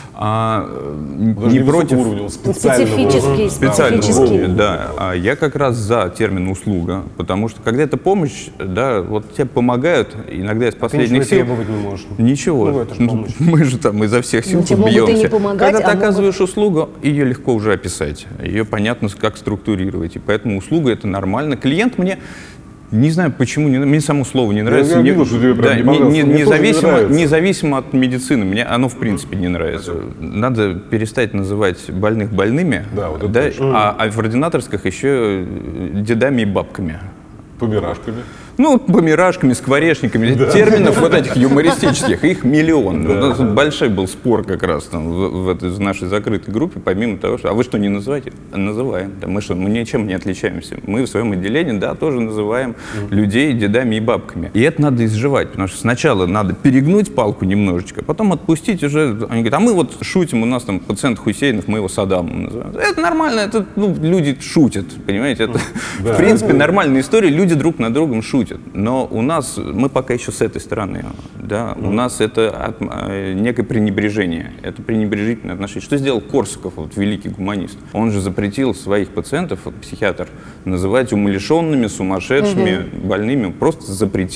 а, не, не против... Уровня, специального Специфический. Специального уровня, да. да. А я как раз за термин «услуга», потому что когда это помощь, да, вот тебе помогают, иногда из последних Ты сил... требовать не можешь. Ничего. Ну, это же помощь. Мы же там изо всех сил Ну, тебе могут и бьемся. не помогать, Когда ты а оказываешь услугу, ее легко уже описать. Ее понятно, как структурировать. И поэтому услуга — это нормально. Клиент мне... Не знаю, почему, не, мне само слово не нравится. Я видел, что тебе прям да, не понравилось. не, Мне независимо, не нравится. независимо от медицины, мне оно в принципе не нравится. Надо перестать называть больных больными, Да, вот это да, точно. а, а в ординаторских еще дедами и бабками. Помирашками. Ну, помирашками, скворечниками, да. Терминов вот этих юмористических, их миллион. Да. У нас большой был спор как раз там, в, в этой в нашей закрытой группе, помимо того, что, а вы что, не называете? Называем. Да, мы что, мы ничем не отличаемся. Мы в своем отделении, да, тоже называем mm-hmm. людей дедами и бабками. И это надо изживать, потому что сначала надо перегнуть палку немножечко, потом отпустить уже. Они говорят, а мы вот шутим, у нас там пациент Хусейнов, мы его Саддамом называем. Это нормально, это ну, люди шутят, понимаете? Это, да. В принципе, нормальная история, люди друг над другом шутят. Но у нас, мы пока еще с этой стороны, да, mm. у нас это от, э, некое пренебрежение, это пренебрежительное отношение. Что сделал Корсаков, вот, великий гуманист? Он же запретил своих пациентов, психиатр, называть умалишенными, сумасшедшими, mm-hmm. больными, просто запретил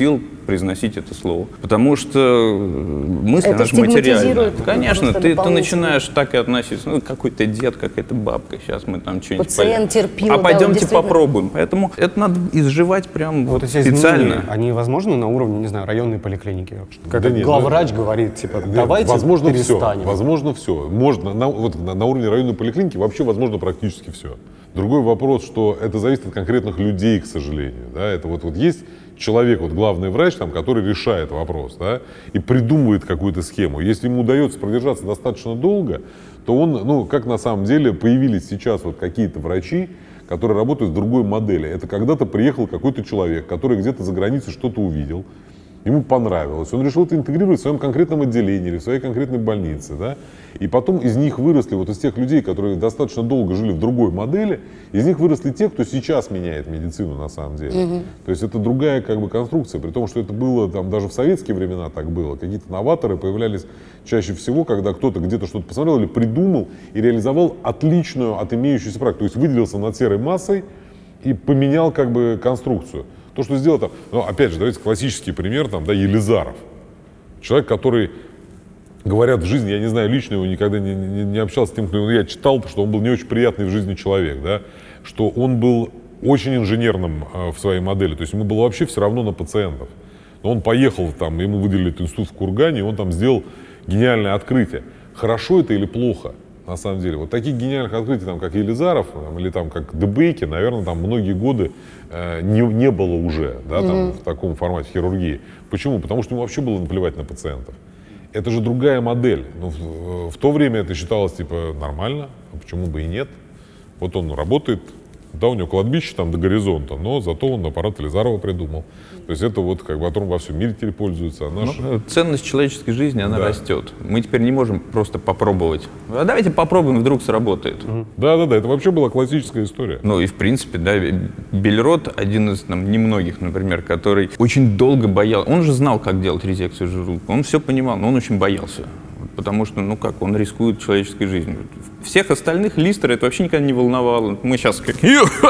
произносить это слово. Потому что мысль, Это она же материальная. стигматизирует Конечно, просто ты, ты дополнительно. начинаешь так и относиться. Ну, какой-то дед, какая-то бабка, сейчас мы там что-нибудь... Пациент терпил, А да, пойдемте вот действительно. попробуем. Поэтому это надо изживать прям Вот эти специально. изменения, они возможны на уровне, не знаю, районной поликлиники? Как Да нет, главврач говорит, типа, давайте возможно перестанем. все, возможно все. Можно на, вот, на, на уровне районной поликлиники вообще возможно практически все. Другой вопрос, что это зависит от конкретных людей, к сожалению. Да? Это вот, вот есть человек, вот главный врач, там, который решает вопрос, да, и придумывает какую-то схему. Если ему удается продержаться достаточно долго, то он, ну, как на самом деле появились сейчас вот какие-то врачи, которые работают в другой модели. Это когда-то приехал какой-то человек, который где-то за границей что-то увидел, ему понравилось, он решил это интегрировать в своем конкретном отделении или в своей конкретной больнице, да? И потом из них выросли, вот из тех людей, которые достаточно долго жили в другой модели, из них выросли те, кто сейчас меняет медицину на самом деле. Mm-hmm. То есть это другая как бы конструкция, при том, что это было там даже в советские времена так было. Какие-то новаторы появлялись чаще всего, когда кто-то где-то что-то посмотрел или придумал и реализовал отличную от имеющейся практики, то есть выделился над серой массой и поменял как бы конструкцию. То, что сделал там, ну, опять же, давайте классический пример, там, да, Елизаров. Человек, который, говорят, в жизни, я не знаю, лично его никогда не, не, не общался с тем, кто я читал, что он был не очень приятный в жизни человек, да, что он был очень инженерным э, в своей модели, то есть ему было вообще все равно на пациентов. Но он поехал, там, ему выделили этот институт в Кургане, и он там сделал гениальное открытие. Хорошо это или плохо? На самом деле, вот таких гениальных открытий, там, как Елизаров там, или там, как Дебейки, наверное, там многие годы э, не, не было уже, да, там, mm-hmm. в таком формате хирургии. Почему? Потому что ему вообще было наплевать на пациентов. Это же другая модель. Ну, в, в то время это считалось типа нормально, а почему бы и нет? Вот он работает, да, у него кладбище там до горизонта, но зато он аппарат Елизарова придумал. То есть это вот как бы, которым во всем мире теперь пользуются. А наш... ну, ценность человеческой жизни, она да. растет. Мы теперь не можем просто попробовать. А давайте попробуем, вдруг сработает. Да-да-да, это вообще была классическая история. Ну и в принципе, да, Бельрот, один из там, немногих, например, который очень долго боялся. Он же знал, как делать резекцию желудка. Он все понимал, но он очень боялся. Потому что, ну как, он рискует человеческой жизнью. Всех остальных Листера это вообще никогда не волновало. Мы сейчас как...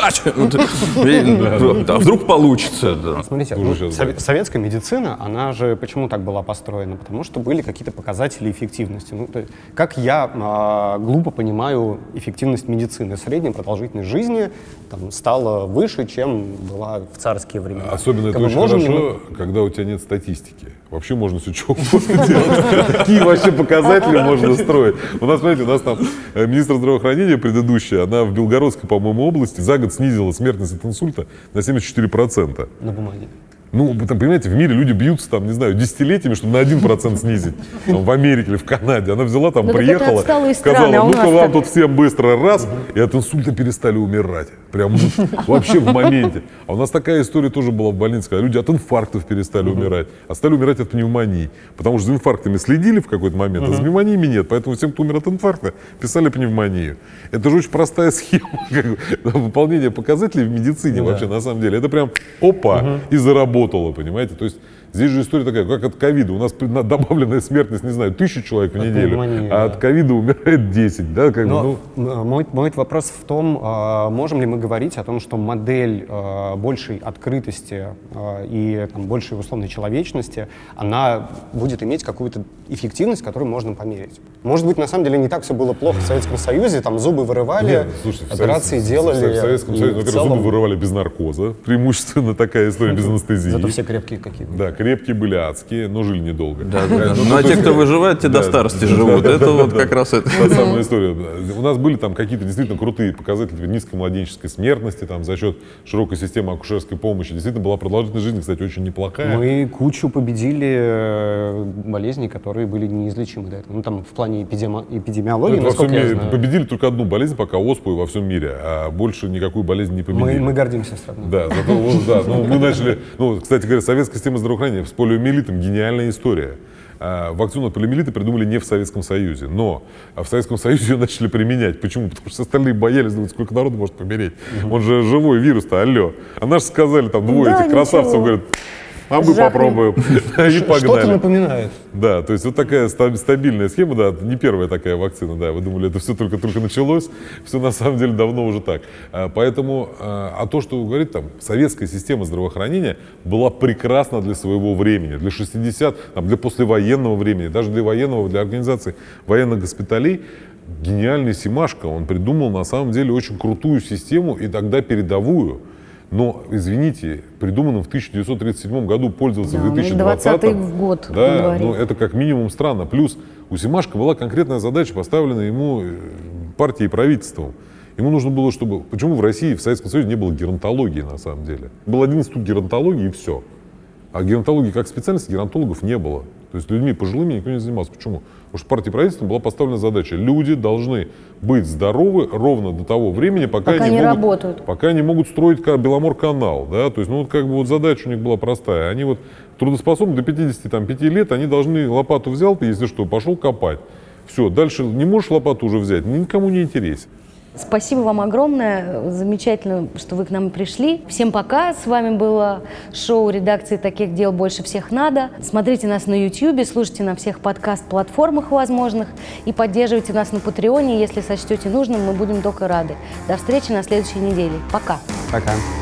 А вдруг получится? Смотрите, ну, сов- советская медицина, она же почему так была построена? Потому что были какие-то показатели эффективности. Ну, то есть, как я а, глупо понимаю эффективность медицины, средняя продолжительность жизни там, стала выше, чем была в царские времена. Особенно это Как очень можем хорошо, мы... когда у тебя нет статистики. Вообще можно все что угодно делать. Какие вообще показатели можно строить? У нас, смотрите, у нас там министр здравоохранения предыдущая, она в Белгородской, по-моему, области за год снизила смертность от инсульта на семьдесят четыре процента. На бумаге. Ну, там, понимаете, в мире люди бьются, там, не знаю, десятилетиями, чтобы на один процент снизить. Там, в Америке или в Канаде. Она взяла, там, ну, приехала, страны, сказала, а ну-ка вам вам так... тут всем быстро раз, и от инсульта перестали умирать. Прям вообще в моменте. А у нас такая история тоже была в больнице, когда люди от инфарктов перестали умирать, а стали умирать от пневмонии. Потому что за инфарктами следили в какой-то момент, а за пневмониями нет. Поэтому всем, кто умер от инфаркта, писали пневмонию. Это же очень простая схема выполнения показателей в медицине вообще, на самом деле. Это прям опа, и заработало, понимаете? То есть здесь же история такая, как от ковида. У нас добавленная смертность, не знаю, тысячу человек в от неделю, пневмонии, а да. от ковида умирает десять. Да, как Но бы, ну... мой, мой вопрос в том, а, можем ли мы говорить о том, что модель а, большей открытости а, и там, большей условной человечности, она будет иметь какую-то эффективность, которую можно померить. Может быть, на самом деле не так все было плохо в Советском Союзе, там зубы вырывали, Нет, слушай, операции в делали. В Советском Союзе, во-первых, целом... зубы вырывали без наркоза, преимущественно такая история без анестезии. Зато все крепкие какие-то. Да, крепкие были адские, но жили недолго. Да, да, да. Ну а те, кто выживает, те до старости живут. Это вот как раз это. Та самая история. У нас были там какие-то действительно крутые показатели низкой младенческой смертности, там, за счет широкой системы акушерской помощи. Действительно была продолжительность жизни, кстати, очень неплохая. Мы кучу победили болезней, которые были неизлечимы до этого. Ну, там, в плане эпидеми... эпидемиологии, во всем насколько я мире знаю. победили только одну болезнь, пока оспу во всем мире, а больше никакую болезнь не победили. Мы, мы гордимся страной. Да, зато, вот, да, ну, мы начали, ну, кстати говоря, советская система здравоохранения с полиомиелитом гениальная история. А, вакцину от полиомиелита придумали не в Советском Союзе, но в Советском Союзе ее начали применять. Почему? Потому что остальные боялись, думают, сколько народу может помереть. Угу. Он же живой вирус-то, алло. А наши сказали, там, двое да, этих красавцев, ничего. говорят, А мы Жахнем. попробуем. И Что-то погнали. напоминает. Да, то есть вот такая ста- стабильная схема, да, не первая такая вакцина, да, вы думали, это все только-только началось, все на самом деле давно уже так. А, Поэтому, а а то, что вы говорите, там, советская система здравоохранения была прекрасна для своего времени, для шестидесятых, там, для послевоенного времени, даже для военного, для организации военных госпиталей. Гениальный Семашко, он придумал на самом деле очень крутую систему и тогда передовую. Но, извините, придуманным в тысяча девятьсот тридцать седьмом году пользоваться Да, в мы две тысячи двадцатом. двадцатый год Да, говорим. ну это как минимум странно. Плюс у Семашко была конкретная задача, поставленная ему э, партией и правительством. Ему нужно было, чтобы... Почему в России, в Советском Союзе не было геронтологии на самом деле? Был один институт геронтологии и все. А геронтологии как специальности геронтологов не было. То есть людьми пожилыми никто не занимался. Почему? Потому что партией и правительством была поставлена задача. Люди должны быть здоровы ровно до того времени, пока, Пока они не могут, работают. пока они могут строить ка- Беломор-канал. Да? То есть, ну вот как бы вот задача у них была простая. Они вот трудоспособны до пятидесяти пяти лет, они должны лопату взял, ты, если что, пошел копать. Все, дальше не можешь лопату уже взять, никому не интересен. Спасибо вам огромное. Замечательно, что вы к нам пришли. Всем пока. С вами было шоу редакции «Таких дел больше всех надо». Смотрите нас на ютьюбе, слушайте на всех подкаст-платформах возможных и поддерживайте нас на Патреоне. Если сочтете нужным, мы будем только рады. До встречи на следующей неделе. Пока. Пока.